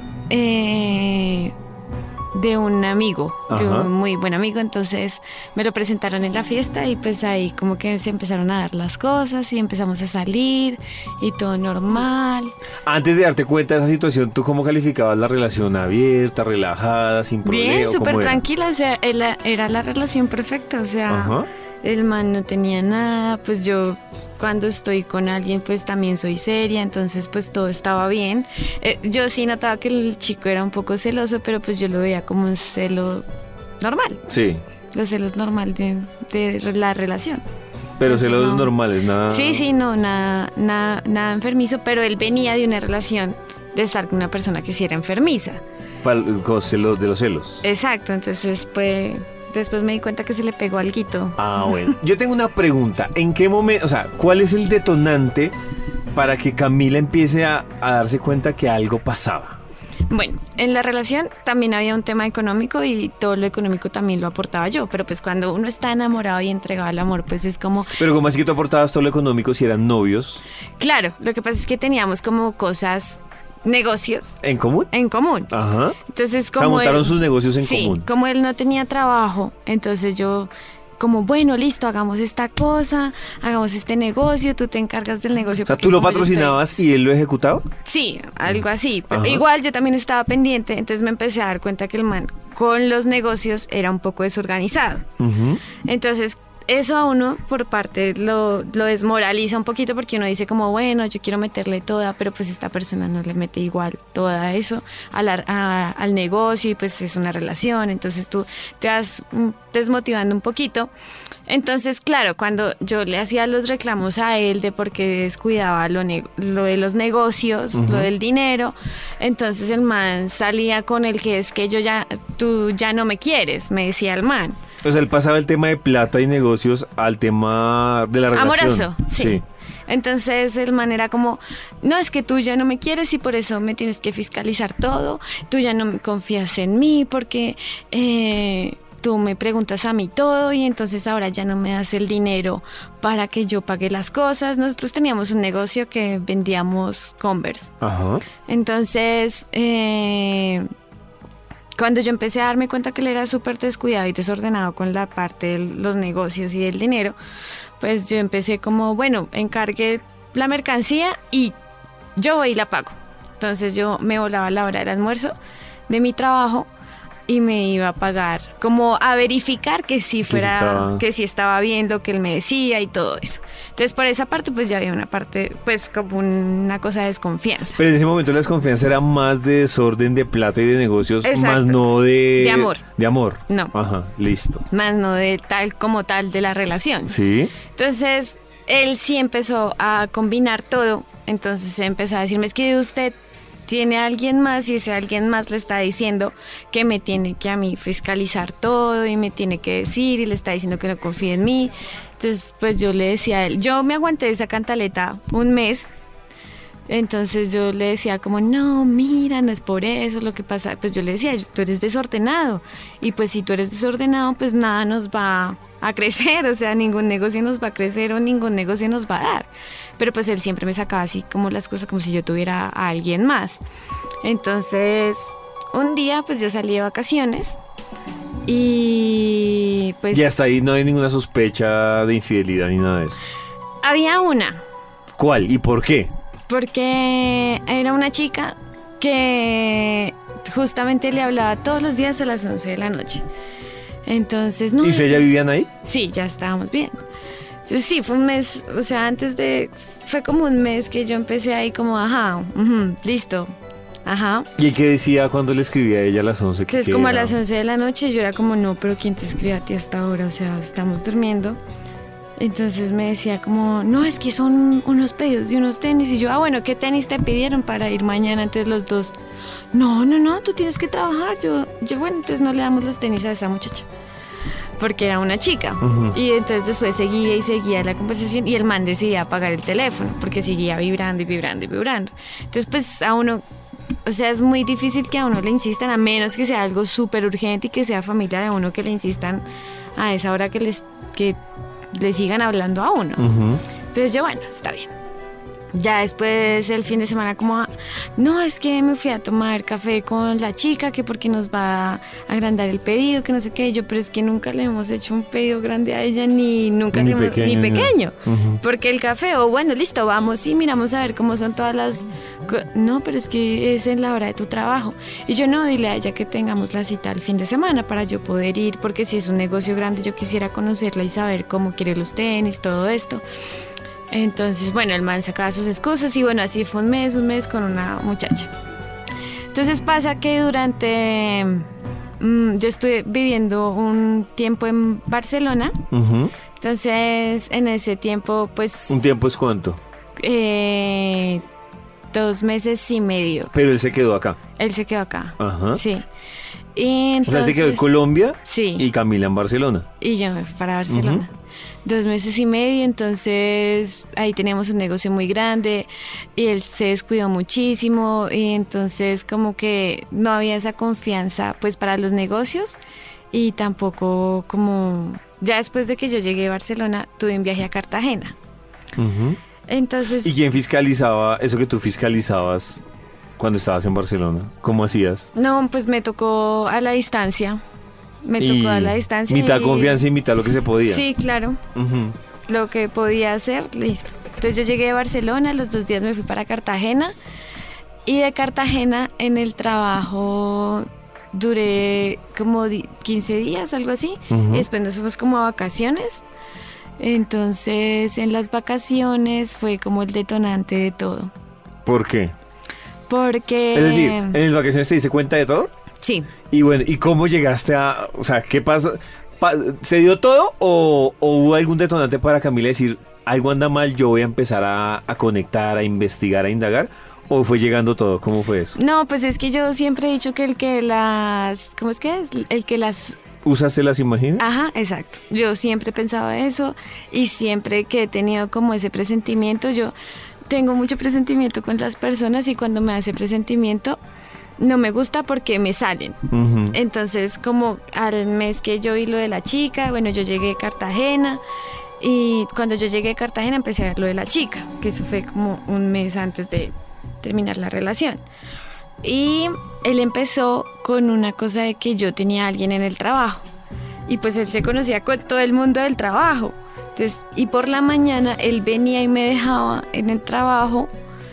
eh, de un amigo, de Ajá. un muy buen amigo. Entonces me lo presentaron en la fiesta y pues ahí como que se empezaron a dar las cosas y empezamos a salir y todo normal. Antes de darte cuenta de esa situación, ¿tú cómo calificabas la relación? ¿Abierta, relajada, sin problema? Bien, ¿Cómo súper era? tranquila, o sea, era, era la relación perfecta, o sea... Ajá. El man no tenía nada, pues yo cuando estoy con alguien pues también soy seria, entonces pues todo estaba bien. Eh, yo sí notaba que el chico era un poco celoso, pero pues yo lo veía como un celo normal, Sí, los celos normal de, de la relación. pero Entonces, celos no. normales, nada. Sí, sí, no, nada, nada, nada enfermizo, pero él venía de una relación de estar con una persona que sí era enfermiza. Pal- con celos- de los celos. Exacto, entonces pues después me di cuenta que se le pegó alguito. Ah, bueno. Yo tengo una pregunta. ¿En qué momento, o sea, cuál es el detonante para que Camila empiece a, a darse cuenta que algo pasaba? Bueno, en la relación también había un tema económico y todo lo económico también lo aportaba yo, pero pues cuando uno está enamorado y entregado al amor, pues es como... Pero ¿cómo así que tú aportabas todo lo económico si eran novios? Claro, lo que pasa es que teníamos como cosas, negocios... ¿En común? En común. Ajá. Entonces O sea, como montaron él, sus negocios en sí, común. como él no tenía trabajo, entonces yo... como, bueno, listo, hagamos esta cosa, hagamos este negocio, tú te encargas del negocio. O sea, porque ¿tú lo como yo patrocinabas y él lo ejecutaba? estoy- Sí, algo así. Pero Ajá. igual yo también estaba pendiente, entonces me empecé a dar cuenta que el man con los negocios era un poco desorganizado. Ujú. Entonces, eso a uno por parte lo, lo desmoraliza un poquito porque uno dice como, bueno, yo quiero meterle toda, pero pues esta persona no le mete igual toda eso a la- a- al negocio y pues es una relación, entonces tú te vas mm, desmotivando un poquito. Entonces, claro, cuando yo le hacía los reclamos a él de por qué descuidaba lo, ne- lo de los negocios, Ujú. lo del dinero, entonces el man salía con el que es que yo ya, tú ya no me quieres, me decía el man. O sea, él pasaba el tema de plata y negocios al tema de la relación. Amoroso, sí. Entonces el man era como, no, es que tú ya no me quieres y por eso me tienes que fiscalizar todo, tú ya no me confías en mí porque eh, tú me preguntas a mí todo y entonces ahora ya no me das el dinero para que yo pague las cosas. Nosotros teníamos un negocio que vendíamos Converse. Ajá. Entonces, eh, cuando yo empecé a darme cuenta que él era súper descuidado y desordenado con la parte de los negocios y del dinero, pues yo empecé como, bueno, encargué la mercancía y yo voy y la pago. Entonces yo me volaba a la hora del almuerzo de mi trabajo y me iba a pagar, como a verificar que sí fuera, sí estaba- que sí estaba bien lo que él me decía y todo eso. Entonces por esa parte pues ya había una parte, pues como una cosa de desconfianza. Pero en ese momento la desconfianza era más de desorden de plata y de negocios, Exacto. más no de... De amor. De amor. No. Ajá, listo. Más no de tal como tal de la relación. Sí. Entonces, él sí empezó a combinar todo. Entonces empezó a decirme, es que usted tiene a alguien más y ese alguien más le está diciendo que me tiene que a mí fiscalizar todo y me tiene que decir y le está diciendo que no confíe en mí. Entonces, pues yo le decía a él, yo me aguanté esa cantaleta un mes. Entonces yo le decía como, no, mira, no es por eso lo que pasa. Pues yo le decía, tú eres desordenado. Y pues si tú eres desordenado, pues nada nos va a crecer. O sea, ningún negocio nos va a crecer o ningún negocio nos va a dar. Pero pues él siempre me sacaba así como las cosas como si yo tuviera a alguien más. Entonces, un día pues yo salí de vacaciones y pues... Y hasta ahí no hay ninguna sospecha de infidelidad ni nada de eso. Había una. ¿Cuál y por qué? Porque era una chica que justamente le hablaba todos los días a las once de la noche. Entonces, no. ¿Y si ya vivían ahí? Sí, ya estábamos bien. Entonces, sí, fue un mes, o sea, antes de. Fue como un mes que yo empecé ahí, como, ajá, ujú, listo, ajá. ¿Y él qué decía cuando le escribía a ella a las once? Entonces, ¿Qué como a era? las once de la noche, yo era como, no, pero ¿quién te escribe a ti hasta ahora? O sea, estamos durmiendo. Entonces me decía como, no, es que son unos pedidos de unos tenis. Y yo, ah, bueno, ¿qué tenis te pidieron para ir mañana entre los dos? No, no, no, tú tienes que trabajar. Yo, yo bueno, entonces no le damos los tenis a esa muchacha. Porque era una chica. Ujú. Y entonces después seguía y seguía la conversación y el man decidía apagar el teléfono porque seguía vibrando y vibrando y vibrando. Entonces pues a uno, o sea, es muy difícil que a uno le insistan, a menos que sea algo súper urgente y que sea familia de uno que le insistan a esa hora que les que le sigan hablando a uno. Ujú. Entonces yo, bueno, está bien. Ya después el fin de semana como, no, es que me fui a tomar café con la chica, que porque nos va a agrandar el pedido, que no sé qué. Yo, pero es que nunca le hemos hecho un pedido grande a ella, ni nunca Ni le hemos- pequeño, ni ni- pequeño. Ujú. Porque el café, o bueno, listo, vamos y miramos a ver cómo son todas las... co- No, pero es que es en la hora de tu trabajo. Y yo, no, dile a ella que tengamos la cita el fin de semana para yo poder ir, porque si es un negocio grande yo quisiera conocerla y saber cómo quiere los tenis, todo esto. Entonces, bueno, el man sacaba sus excusas y bueno, así fue un mes, un mes con una muchacha. Entonces pasa que durante... mm, yo estuve viviendo un tiempo en Barcelona. Ujú. Entonces, en ese tiempo, pues... ¿Un tiempo es cuánto? eh, dos meses y medio. Pero él se quedó acá. Él se quedó acá. Ajá. Sí. Y entonces, o sea, se quedó en Colombia sí. y Camila en Barcelona. Y yo me fui para Barcelona. Uh-huh. Dos meses y medio, entonces ahí teníamos un negocio muy grande y él se descuidó muchísimo y entonces como que no había esa confianza pues para los negocios y tampoco como... Ya después de que yo llegué a Barcelona tuve un viaje a Cartagena. Uh-huh. Entonces... ¿Y quién fiscalizaba eso que tú fiscalizabas cuando estabas en Barcelona? ¿Cómo hacías? No, pues me tocó a la distancia. Me tocó a la distancia. Mitad y... confianza y mitad lo que se podía. Sí, claro. Uh-huh. Lo que podía hacer, listo. Entonces yo llegué a Barcelona, los dos días me fui para Cartagena. Y de Cartagena en el trabajo duré como quince días, algo así. Uh-huh. Y después nos fuimos como a vacaciones. Entonces en las vacaciones fue como el detonante de todo. ¿Por qué? Porque... Es decir, ¿en las vacaciones te diste cuenta de todo? Sí. Y bueno, ¿y cómo llegaste a...? O sea, ¿qué pasó? ¿Se dio todo o, o hubo algún detonante para Camila decir algo anda mal, yo voy a empezar a, a conectar, a investigar, a indagar? ¿O fue llegando todo? ¿Cómo fue eso? No, pues es que yo siempre he dicho que el que las... ¿Cómo es que es? El que las... ¿Usas se las imaginas? Ajá, exacto. Yo siempre he pensado eso y siempre que he tenido como ese presentimiento, yo tengo mucho presentimiento con las personas y cuando me hace presentimiento... No me gusta porque me salen. Uh-huh. Entonces, como al mes que yo vi lo de la chica, bueno, yo llegué a Cartagena y cuando yo llegué a Cartagena empecé a ver lo de la chica, que eso fue como un mes antes de terminar la relación. Y él empezó con una cosa de que yo tenía a alguien en el trabajo y pues él se conocía con todo el mundo del trabajo. Entonces, y por la mañana él venía y me dejaba en el trabajo.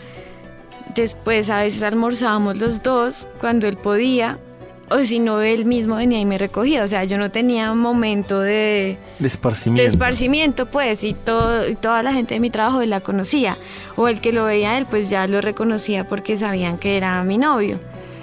Después a veces almorzábamos los dos cuando él podía, o si no, él mismo venía y me recogía. O sea, yo no tenía un momento de, de esparcimiento. De esparcimiento, pues, y, todo, y toda la gente de mi trabajo él la conocía. O el que lo veía él, pues ya lo reconocía porque sabían que era mi novio.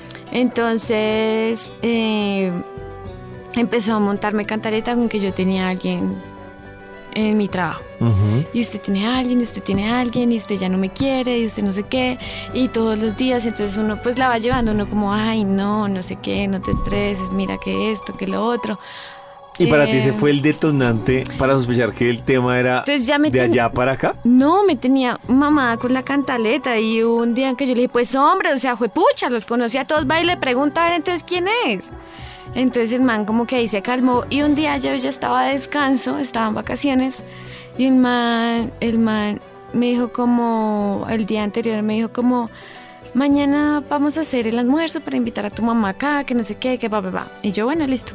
Entonces, eh, empezó a montarme cantaleta con que yo tenía a alguien en mi trabajo. Uh-huh. Y usted tiene a alguien, y usted tiene a alguien, y usted ya no me quiere, y usted no sé qué, y todos los días, entonces uno pues la va llevando, uno como, ay, no, no sé qué, no te estreses, mira que esto, que lo otro. ¿Y para eh, ti ese fue el detonante para sospechar que el tema era ya me de ten... allá para acá? No, me tenía mamada con la cantaleta, y un día en que yo le dije, pues hombre, o sea, juepucha, los conocí a todos, va y le pregunta a ver entonces quién es. Entonces el man como que ahí se calmó y un día yo ya estaba de descanso, estaba en vacaciones y el man, el man me dijo como, el día anterior me dijo como, mañana vamos a hacer el almuerzo para invitar a tu mamá acá, que no sé qué, que va, va, va. Y yo, bueno, listo.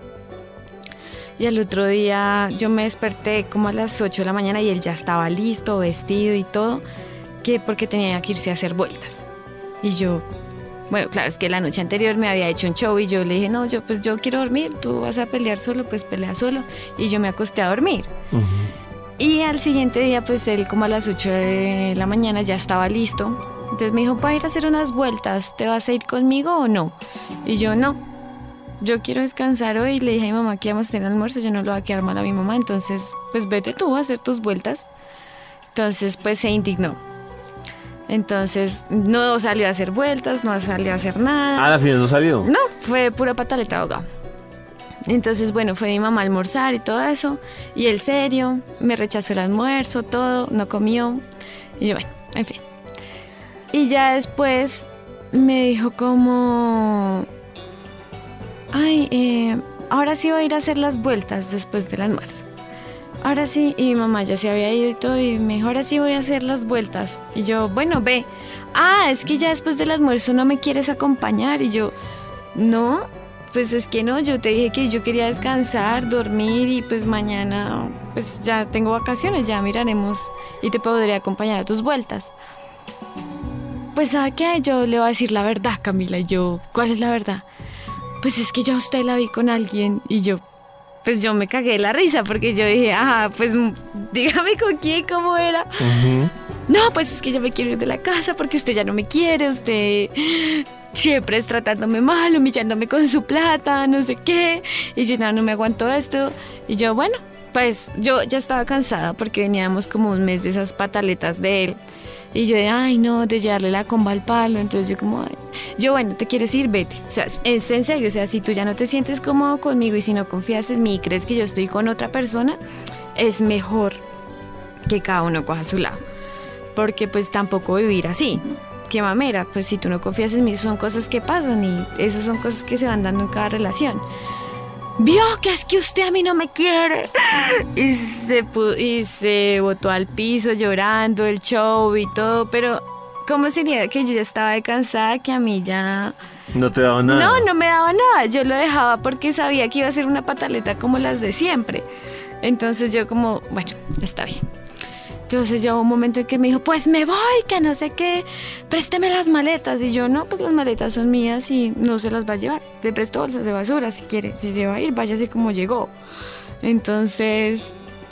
Y al otro día yo me desperté como a las ocho de la mañana y él ya estaba listo, vestido y todo, que porque tenía que irse a hacer vueltas. Y yo... Bueno, claro, es que la noche anterior me había hecho un show y yo le dije, no, yo pues yo quiero dormir, tú vas a pelear solo, pues pelea solo. Y yo me acosté a dormir. Uh-huh. Y al siguiente día, pues él como a las ocho de la mañana ya estaba listo. Entonces me dijo, va a ir a hacer unas vueltas, ¿te vas a ir conmigo o no? Y yo, no, yo quiero descansar hoy. Y le dije a mi mamá que íbamos a tener almuerzo, yo no lo voy a quedar mal a mi mamá, entonces pues vete tú a hacer tus vueltas. Entonces pues se indignó. Entonces no salió a hacer vueltas, no salió a hacer nada. ¿Ah, a la final no salió? No, fue pura pataleta ahogada. Entonces, bueno, fue mi mamá a almorzar y todo eso. Y él serio, me rechazó el almuerzo, todo, no comió. Y yo, bueno, en fin. Y ya después me dijo como... Ay, eh, ahora sí voy a ir a hacer las vueltas después del almuerzo. Ahora sí, y mi mamá ya se había ido y todo, y me dijo, ahora sí voy a hacer las vueltas. Y yo, bueno, ve. Ah, es que ya después del almuerzo no me quieres acompañar. Y yo, no, pues es que no, yo te dije que yo quería descansar, dormir, y pues mañana, pues ya tengo vacaciones, ya miraremos y te podría acompañar a tus vueltas. Pues, ¿sabe qué? Yo le voy a decir la verdad, Camila. Y yo, ¿cuál es la verdad? Pues es que yo a usted la vi con alguien, y yo... Pues yo me cagué de la risa porque yo dije, ajá, pues dígame con quién, cómo era. Uh-huh. No, pues es que yo me quiero ir de la casa porque usted ya no me quiere, usted... siempre es tratándome mal, humillándome con su plata, no sé qué. Y yo, no, no me aguanto esto. Y yo, bueno, pues yo ya estaba cansada porque veníamos como un mes de esas pataletas de él. Y yo de, ay, no, de llevarle la comba al palo. Entonces yo como, ay. Yo, bueno, ¿te quieres ir? Vete. O sea, es en serio. O sea, si tú ya no te sientes cómodo conmigo y si no confías en mí y crees que yo estoy con otra persona, es mejor que cada uno coja su lado. Porque pues tampoco vivir así. Qué mamera, pues si tú no confías en mí, son cosas que pasan y esas son cosas que se van dando en cada relación. Vio que es que usted a mí no me quiere. Y se, y se botó al piso llorando, el show y todo. Pero, ¿cómo sería que yo ya estaba de cansada, que a mí ya... No te daba nada? No, no me daba nada. Yo lo dejaba porque sabía que iba a ser una pataleta como las de siempre. Entonces yo como, bueno, está bien. Entonces llegó un momento en que me dijo, pues me voy, que no sé qué, présteme las maletas. Y yo, no, pues las maletas son mías y no se las va a llevar. Le presto bolsas de basura si quiere. Si se va a ir, vaya así como llegó. Entonces,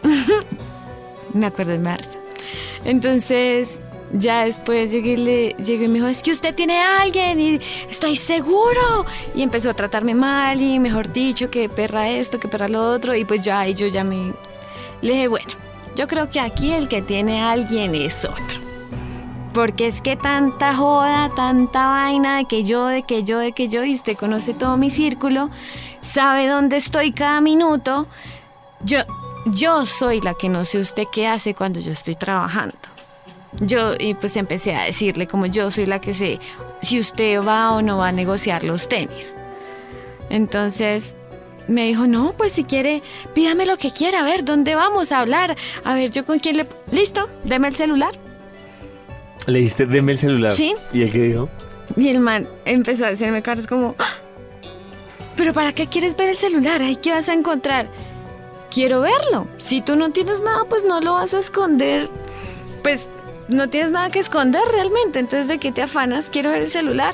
me acuerdo de Marza. Entonces, ya después llegué y, le, llegué y me dijo, es que usted tiene a alguien y estoy seguro. Y empezó a tratarme mal y mejor dicho, que perra esto, que perra lo otro. Y pues ya, y yo ya me... Le dije, bueno, yo creo que aquí el que tiene a alguien es otro. Porque es que tanta joda, tanta vaina de que yo, de que yo, de que yo, y usted conoce todo mi círculo, sabe dónde estoy cada minuto. Yo, yo soy la que no sé usted qué hace cuando yo estoy trabajando. Yo, y pues empecé a decirle como yo soy la que sé si usted va o no va a negociar los tenis. Entonces... me dijo, no, pues si quiere, pídame lo que quiera, a ver, ¿dónde vamos a hablar? A ver, ¿yo con quién le...? ¿Listo? Deme el celular. ¿Le dijiste, deme el celular? Sí. ¿Y él qué dijo? Y el man empezó a hacerme caras como, ¡ah! ¿Pero para qué quieres ver el celular? ¿Ahí qué vas a encontrar? Quiero verlo. Si tú no tienes nada, pues no lo vas a esconder. Pues no tienes nada que esconder realmente. Entonces, ¿de qué te afanas? Quiero ver el celular.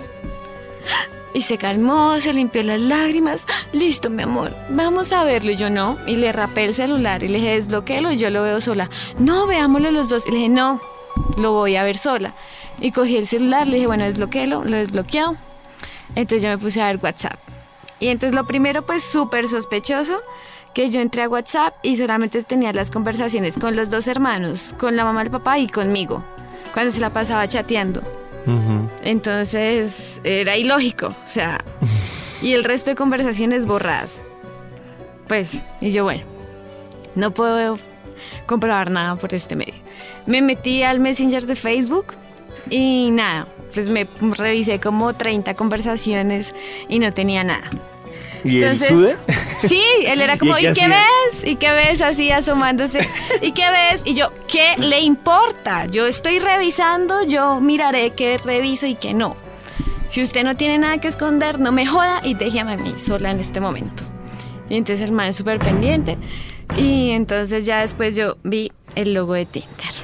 Y se calmó, se limpió las lágrimas. Listo, mi amor, vamos a verlo. Y yo no. Y le rapé el celular y le dije, desbloquéalo y yo lo veo sola. No, veámoslo los dos. Y le dije, no, lo voy a ver sola. Y cogí el celular, le dije, bueno, desbloquéalo, lo desbloqueó. Entonces yo me puse a ver WhatsApp. Y entonces lo primero, pues súper sospechoso, que yo entré a WhatsApp y solamente tenía las conversaciones con los dos hermanos, con la mamá, el papá y conmigo, cuando se la pasaba chateando. Uh-huh. Entonces era ilógico, o sea, y el resto de conversaciones borradas. Pues, y yo, bueno, no puedo comprobar nada por este medio. Me metí al Messenger de Facebook y nada, pues me revisé como treinta conversaciones y no tenía nada. ¿Y entonces, él sube? Sí, él era como, ¿y, ¿y qué ves? ¿Y qué ves? Así asomándose. ¿Y qué ves? Y yo, ¿qué le importa? Yo estoy revisando, yo miraré qué reviso y qué no. Si usted no tiene nada que esconder, no me joda y déjame a mí sola en este momento. Y entonces el man es súper pendiente. Y entonces ya después yo vi el logo de Tinder.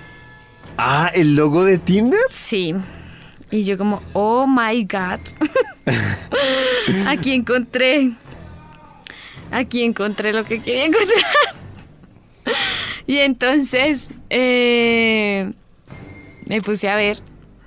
Ah, ¿el logo de Tinder? Sí. Y yo como, oh my God. Aquí encontré. Aquí encontré lo que quería encontrar. Y entonces eh, me puse a ver.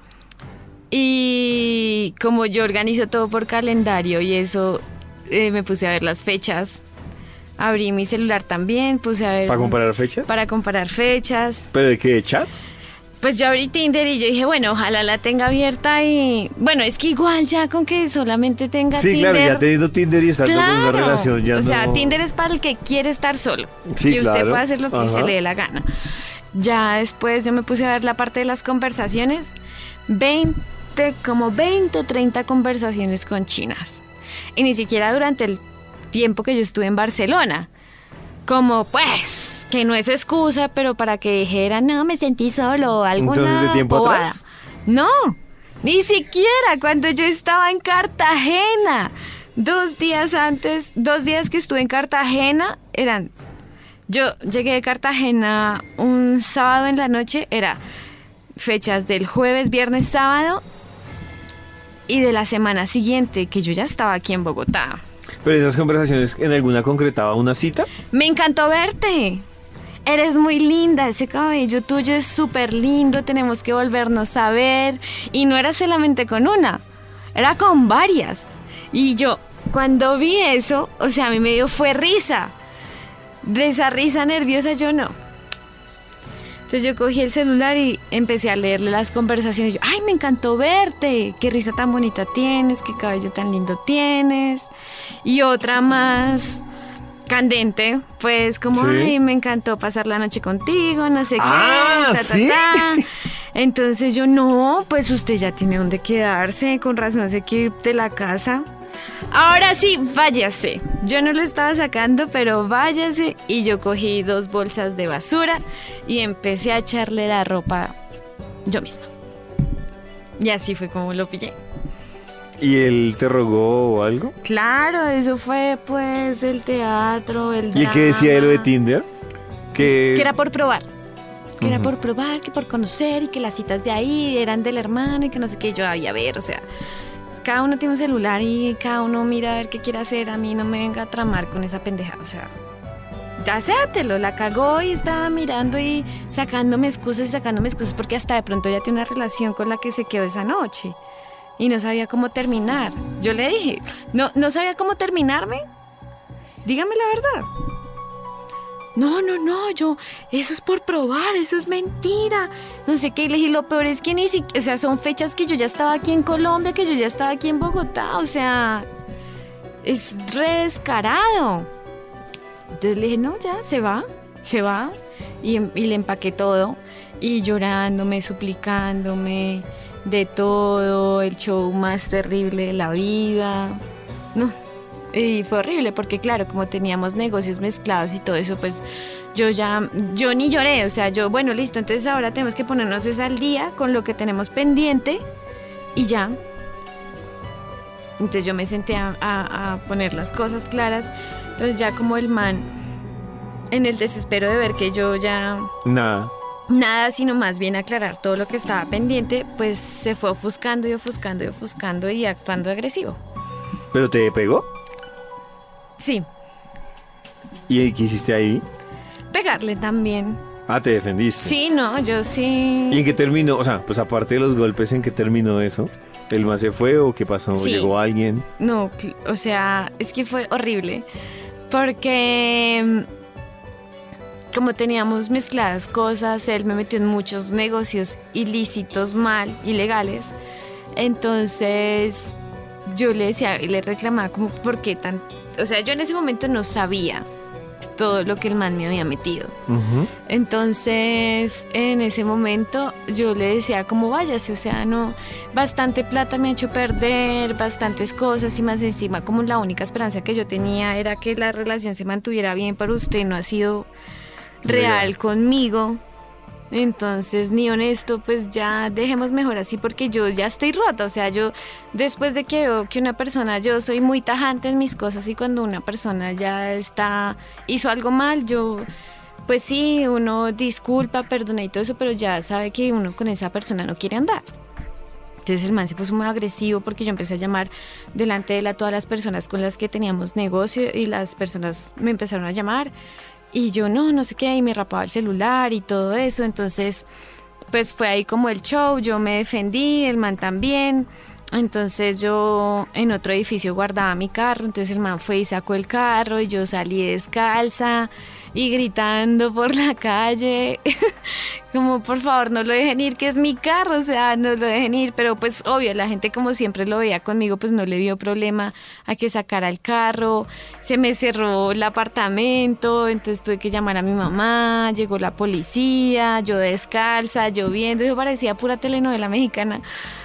Y como yo organizo todo por calendario y eso, eh, me puse a ver las fechas. Abrí mi celular también, puse a ver... ¿Para comparar fechas? Para comparar fechas. ¿Pero de qué? ¿De chats? Pues yo abrí Tinder y yo dije, bueno, ojalá la tenga abierta y... Bueno, es que igual ya con que solamente tenga sí, Tinder... Sí, claro, ya teniendo Tinder y estando claro, en una relación ya o no... sea, Tinder es para el que quiere estar solo. Sí, que claro. usted puede hacer lo que Ajá. se le dé la gana. Ya después yo me puse a ver la parte de las conversaciones. veinte, como veinte, treinta conversaciones con chinas. Y ni siquiera durante el tiempo que yo estuve en Barcelona. Como pues, que no es excusa, pero para que dijera, no, me sentí solo o alguna Entonces, ¿de tiempo bobada. atrás? No, ni siquiera cuando yo estaba en Cartagena. Dos días antes, dos días que estuve en Cartagena, eran... Yo llegué de Cartagena un sábado en la noche, era fechas del jueves, viernes, sábado y de la semana siguiente, que yo ya estaba aquí en Bogotá. ¿Pero esas conversaciones en alguna concretaba una cita? Me encantó verte. Eres muy linda, ese cabello tuyo es súper lindo, tenemos que volvernos a ver. Y no era solamente con una, era con varias. Y yo, cuando vi eso, o sea, a mí me dio fue risa. De esa risa nerviosa yo no. Entonces yo cogí el celular y empecé a leerle las conversaciones. Yo, ay, me encantó verte, qué risa tan bonita tienes, qué cabello tan lindo tienes. Y otra más candente, pues como, ¿sí? Ay, me encantó pasar la noche contigo, no sé ah, qué. Ta, ¿sí? ta, ta. Entonces yo, no, pues usted ya tiene donde quedarse, con razón se quiere ir de la casa. Ahora sí, váyase. Yo no lo estaba sacando, pero váyase. Y yo cogí dos bolsas de basura y empecé a echarle la ropa yo misma. Y así fue como lo pillé. ¿Y él te rogó o algo? Claro, eso fue pues el teatro, el drama. ¿Y qué decía él de Tinder? Que... que era por probar. Que uh-huh. era por probar, que por conocer y que las citas de ahí eran del hermano y que no sé qué. Yo, ay, a ver, o sea... Cada uno tiene un celular y cada uno mira a ver qué quiere hacer. A mí no me venga a tramar con esa pendeja. O sea, hacéatelo. La cagó y estaba mirando y sacándome excusas y sacándome excusas porque hasta de pronto ya tiene una relación con la que se quedó esa noche y no sabía cómo terminar. Yo le dije, ¿no, no sabía cómo terminarme? Dígame la verdad. No, no, no, yo, eso es por probar, eso es mentira. No sé qué, y le dije, lo peor es que ni siquiera, o sea, son fechas que yo ya estaba aquí en Colombia, que yo ya estaba aquí en Bogotá, o sea, es re descarado. Entonces le dije, no, ya, se va, se va, y, y le empaqué todo, y llorándome, suplicándome de todo, el show más terrible de la vida, no. Y fue horrible porque claro, como teníamos negocios mezclados y todo eso, pues yo ya, yo ni lloré, o sea, yo, bueno, listo, entonces ahora tenemos que ponernos es al día con lo que tenemos pendiente y ya. Entonces yo me senté a, a, a poner las cosas claras, entonces ya como el man, en el desespero de ver que yo ya... Nada. Nada, sino más bien aclarar todo lo que estaba pendiente, pues se fue ofuscando y ofuscando y ofuscando y actuando agresivo. ¿Pero te pegó? Sí. ¿Y qué hiciste ahí? Pegarle también. Ah, ¿te defendiste? Sí, no, yo sí. ¿Y en qué terminó? O sea, pues aparte de los golpes, ¿en qué terminó eso? ¿El man se fue o qué pasó? Sí. ¿Llegó alguien? No, o sea, es que fue horrible. Porque como teníamos mezcladas cosas, él me metió en muchos negocios ilícitos, mal, ilegales. Entonces yo le decía y le reclamaba como, ¿por qué tan...? O sea, yo en ese momento no sabía todo lo que el man me había metido. Uh-huh. Entonces, en ese momento yo le decía como váyase, o sea, no, bastante plata me ha hecho perder, bastantes cosas y más encima como la única esperanza que yo tenía era que la relación se mantuviera bien, pero usted no ha sido real, real. conmigo. Entonces, ni honesto, pues ya dejemos mejor así porque yo ya estoy rota, o sea, yo después de que veo que una persona, yo soy muy tajante en mis cosas y cuando una persona ya está, hizo algo mal, yo, pues sí, uno disculpa, perdona y todo eso, pero ya sabe que uno con esa persona no quiere andar. Entonces el man se puso muy agresivo porque yo empecé a llamar delante de él a todas las personas con las que teníamos negocio y las personas me empezaron a llamar. Y yo no, no sé qué, y me rapaba el celular y todo eso, entonces pues fue ahí como el show, yo me defendí, el man también, entonces yo en otro edificio guardaba mi carro, entonces el man fue y sacó el carro y yo salí descalza y gritando por la calle, como por favor no lo dejen ir, que es mi carro, o sea, no lo dejen ir, pero pues obvio, la gente como siempre lo veía conmigo, pues no le vio problema a que sacara el carro, se me cerró el apartamento, entonces tuve que llamar a mi mamá, llegó la policía, yo descalza, lloviendo, eso parecía pura telenovela mexicana.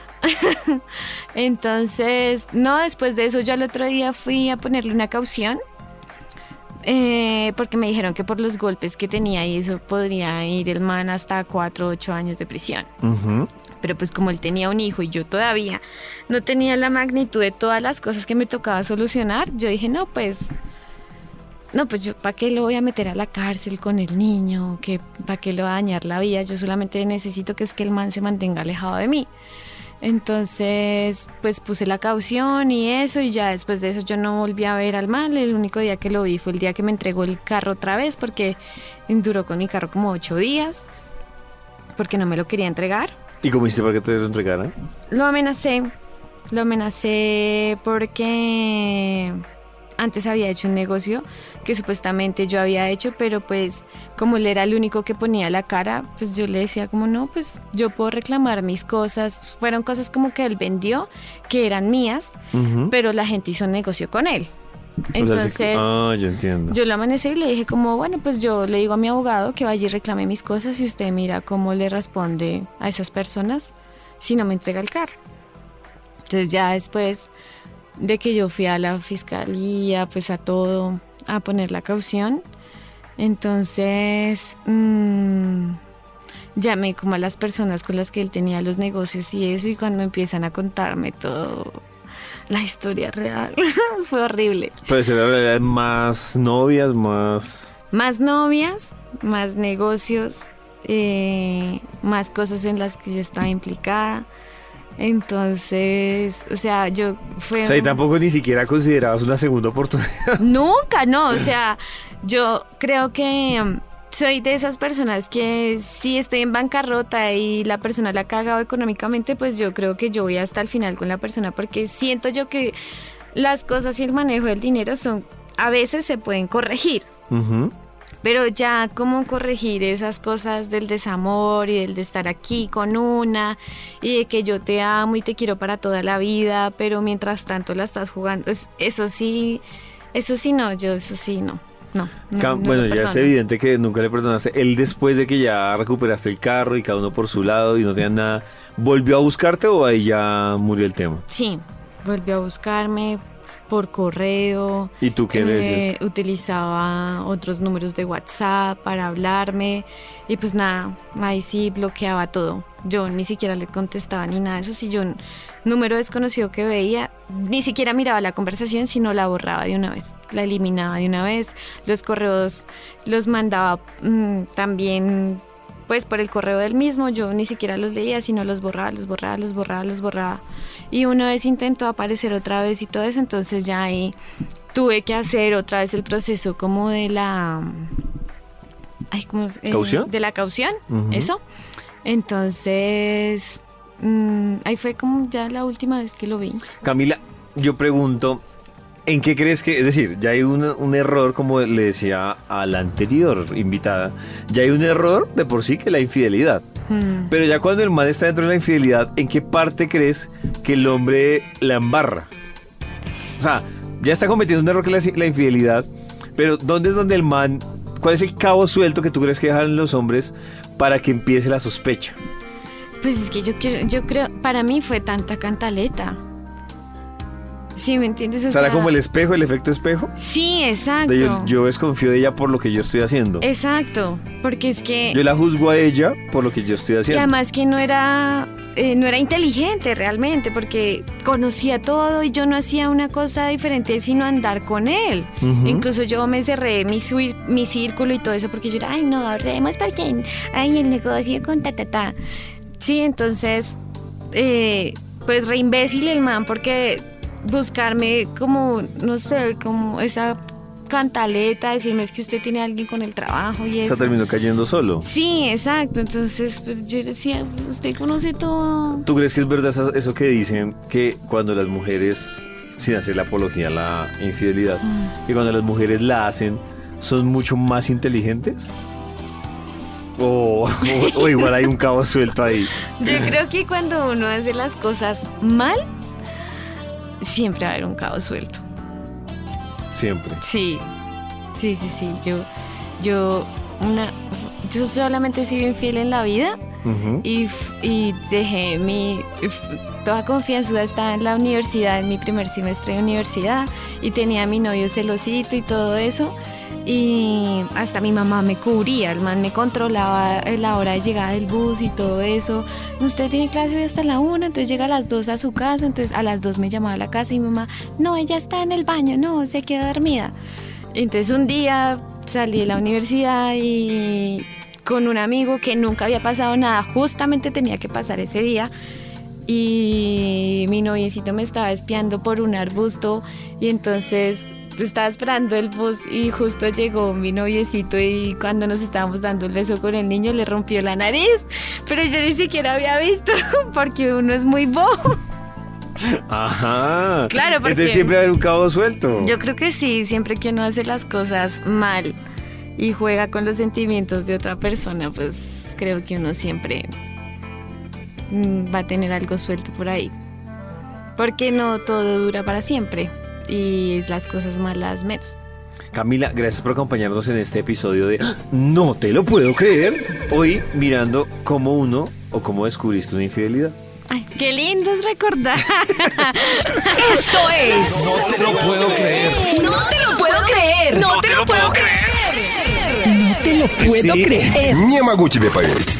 Entonces, no, después de eso yo al otro día fui a ponerle una caución. Eh, porque me dijeron que por los golpes que tenía y eso podría ir el man hasta cuatro o ocho años de prisión. Uh-huh. Pero pues como él tenía un hijo y yo todavía no tenía la magnitud de todas las cosas que me tocaba solucionar, yo dije, no, pues... No, pues yo, ¿para qué lo voy a meter a la cárcel con el niño? ¿Que, ¿Para qué lo voy a dañar la vida? Yo solamente necesito que es que el man se mantenga alejado de mí. Entonces, pues puse la caución y eso, y ya después de eso yo no volví a ver al man. El único día que lo vi fue el día que me entregó el carro otra vez, porque duró con mi carro como ocho días, porque no me lo quería entregar. ¿Y cómo hiciste para que te lo entregara? Lo amenacé, Lo amenacé porque antes había hecho un negocio que supuestamente yo había hecho, pero pues como él era el único que ponía la cara, pues yo le decía como no, pues yo puedo reclamar mis cosas. Fueron cosas como que él vendió, que eran mías, uh-huh. pero la gente hizo un negocio con él. Entonces, o sea, que, ah, yo entiendo. Yo lo amanecí y le dije como, bueno, pues yo le digo a mi abogado que vaya y reclame mis cosas y usted mira cómo le responde a esas personas si no me entrega el carro. Entonces ya después de que yo fui a la fiscalía, pues a todo, a poner la caución, entonces mmm, llamé como a las personas con las que él tenía los negocios y eso, y cuando empiezan a contarme todo, la historia real, fue horrible. Pues eran más novias, más... Más novias, más negocios, eh, más cosas en las que yo estaba implicada. Entonces, o sea, yo fue... O sea, y tampoco ni siquiera considerabas una segunda oportunidad. Nunca, no, o sea, yo creo que soy de esas personas que si estoy en bancarrota y la persona la ha cagado económicamente, pues yo creo que yo voy hasta el final con la persona, porque siento yo que las cosas y el manejo del dinero son, a veces se pueden corregir. Uh-huh. Pero ya como corregir esas cosas del desamor y del de estar aquí con una y de que yo te amo y te quiero para toda la vida, pero mientras tanto la estás jugando, eso sí, eso sí no, yo eso sí no, no. no Cam- bueno, no ya es evidente que nunca le perdonaste. Él, después de que ya recuperaste el carro y cada uno por su lado y no tenían nada, ¿volvió a buscarte o ahí ya murió el tema? Sí, volvió a buscarme por correo. ¿Y tú qué le eh, utilizaba otros números de WhatsApp para hablarme y pues nada, ahí sí bloqueaba todo. Yo ni siquiera le contestaba ni nada de eso. Si yo un número desconocido que veía, ni siquiera miraba la conversación, sino la borraba de una vez, la eliminaba de una vez. Los correos los mandaba mmm, también pues por el correo del mismo, yo ni siquiera los leía, sino los borraba, los borraba, los borraba, los borraba. Y una vez intentó aparecer otra vez y todo eso, entonces ya ahí tuve que hacer otra vez el proceso como de la... Ay, ¿cómo es? Eh, ¿Caución? De la caución, uh-huh. Eso. Entonces, mmm, ahí fue como ya la última vez que lo vi. Camila, yo pregunto, ¿en qué crees que, es decir, ya hay un, un error, como le decía a la anterior invitada, ya hay un error de por sí, que es la infidelidad? Hmm. Pero ya cuando el man está dentro de la infidelidad, ¿en qué parte crees que el hombre la embarra? O sea, ya está cometiendo un error que es la, la infidelidad, pero ¿dónde es donde el man, cuál es el cabo suelto que tú crees que dejan los hombres para que empiece la sospecha? Pues es que yo, quiero, yo creo, para mí fue tanta cantaleta. Sí, ¿me entiendes? O, o sea, ¿era como el espejo, el efecto espejo? Sí, exacto. De yo, yo desconfío de ella por lo que yo estoy haciendo. Exacto, porque es que... Yo la juzgo a ella por lo que yo estoy haciendo. Y además que no era, eh, no era inteligente realmente, porque conocía todo y yo no hacía una cosa diferente sino andar con él. Uh-huh. Incluso yo me cerré mi, mi círculo y todo eso porque yo era, ay no, ahorremos porque ay, el negocio con ta, ta, ta. Sí, entonces, eh, pues re imbécil el man porque... buscarme como, no sé, como esa cantaleta, decirme es que usted tiene a alguien con el trabajo y eso. ¿Se terminó cayendo solo? Sí, exacto. Entonces, pues yo decía, usted conoce todo. ¿Tú crees que es verdad eso que dicen, que cuando las mujeres, sin hacer la apología a la infidelidad, mm. que cuando las mujeres la hacen, son mucho más inteligentes? O, o, o igual hay un cabo suelto ahí. Yo creo que cuando uno hace las cosas mal, siempre va a haber un cabo suelto. Siempre. Sí, sí, sí, sí. Yo, yo, una, yo solamente he sido infiel en la vida. Uh-huh. y, y dejé mi toda confianza. Estaba en la universidad, en mi primer semestre de universidad, y tenía a mi novio celosito y todo eso. Y hasta mi mamá me cubría, el man me controlaba la hora de llegada del bus y todo eso. Usted tiene clase hoy hasta la una, entonces llega a las dos a su casa. Entonces a las dos me llamaba a la casa y mi mamá, no, ella está en el baño, no, se quedó dormida. Entonces un día salí de la universidad y con un amigo que nunca había pasado nada, justamente tenía que pasar ese día. Y mi noviecito me estaba espiando por un arbusto y entonces... estaba esperando el bus y justo llegó mi noviecito y cuando nos estábamos dando el beso con el niño le rompió la nariz, pero yo ni siquiera había visto porque uno es muy bobo. Ajá. Claro, porque entonces siempre va a haber un cabo suelto. Yo creo que sí, siempre que uno hace las cosas mal y juega con los sentimientos de otra persona, pues creo que uno siempre mm, va a tener algo suelto por ahí. Porque no todo dura para siempre y las cosas malas menos. Camila, gracias por acompañarnos en este episodio de No te lo puedo creer. Hoy mirando cómo uno o cómo descubriste una infidelidad. Ay, qué lindo es recordar. Esto es No te lo puedo creer. No te lo puedo creer. No te lo puedo creer. No te lo puedo Sí. creer. Не могу тебе поверить.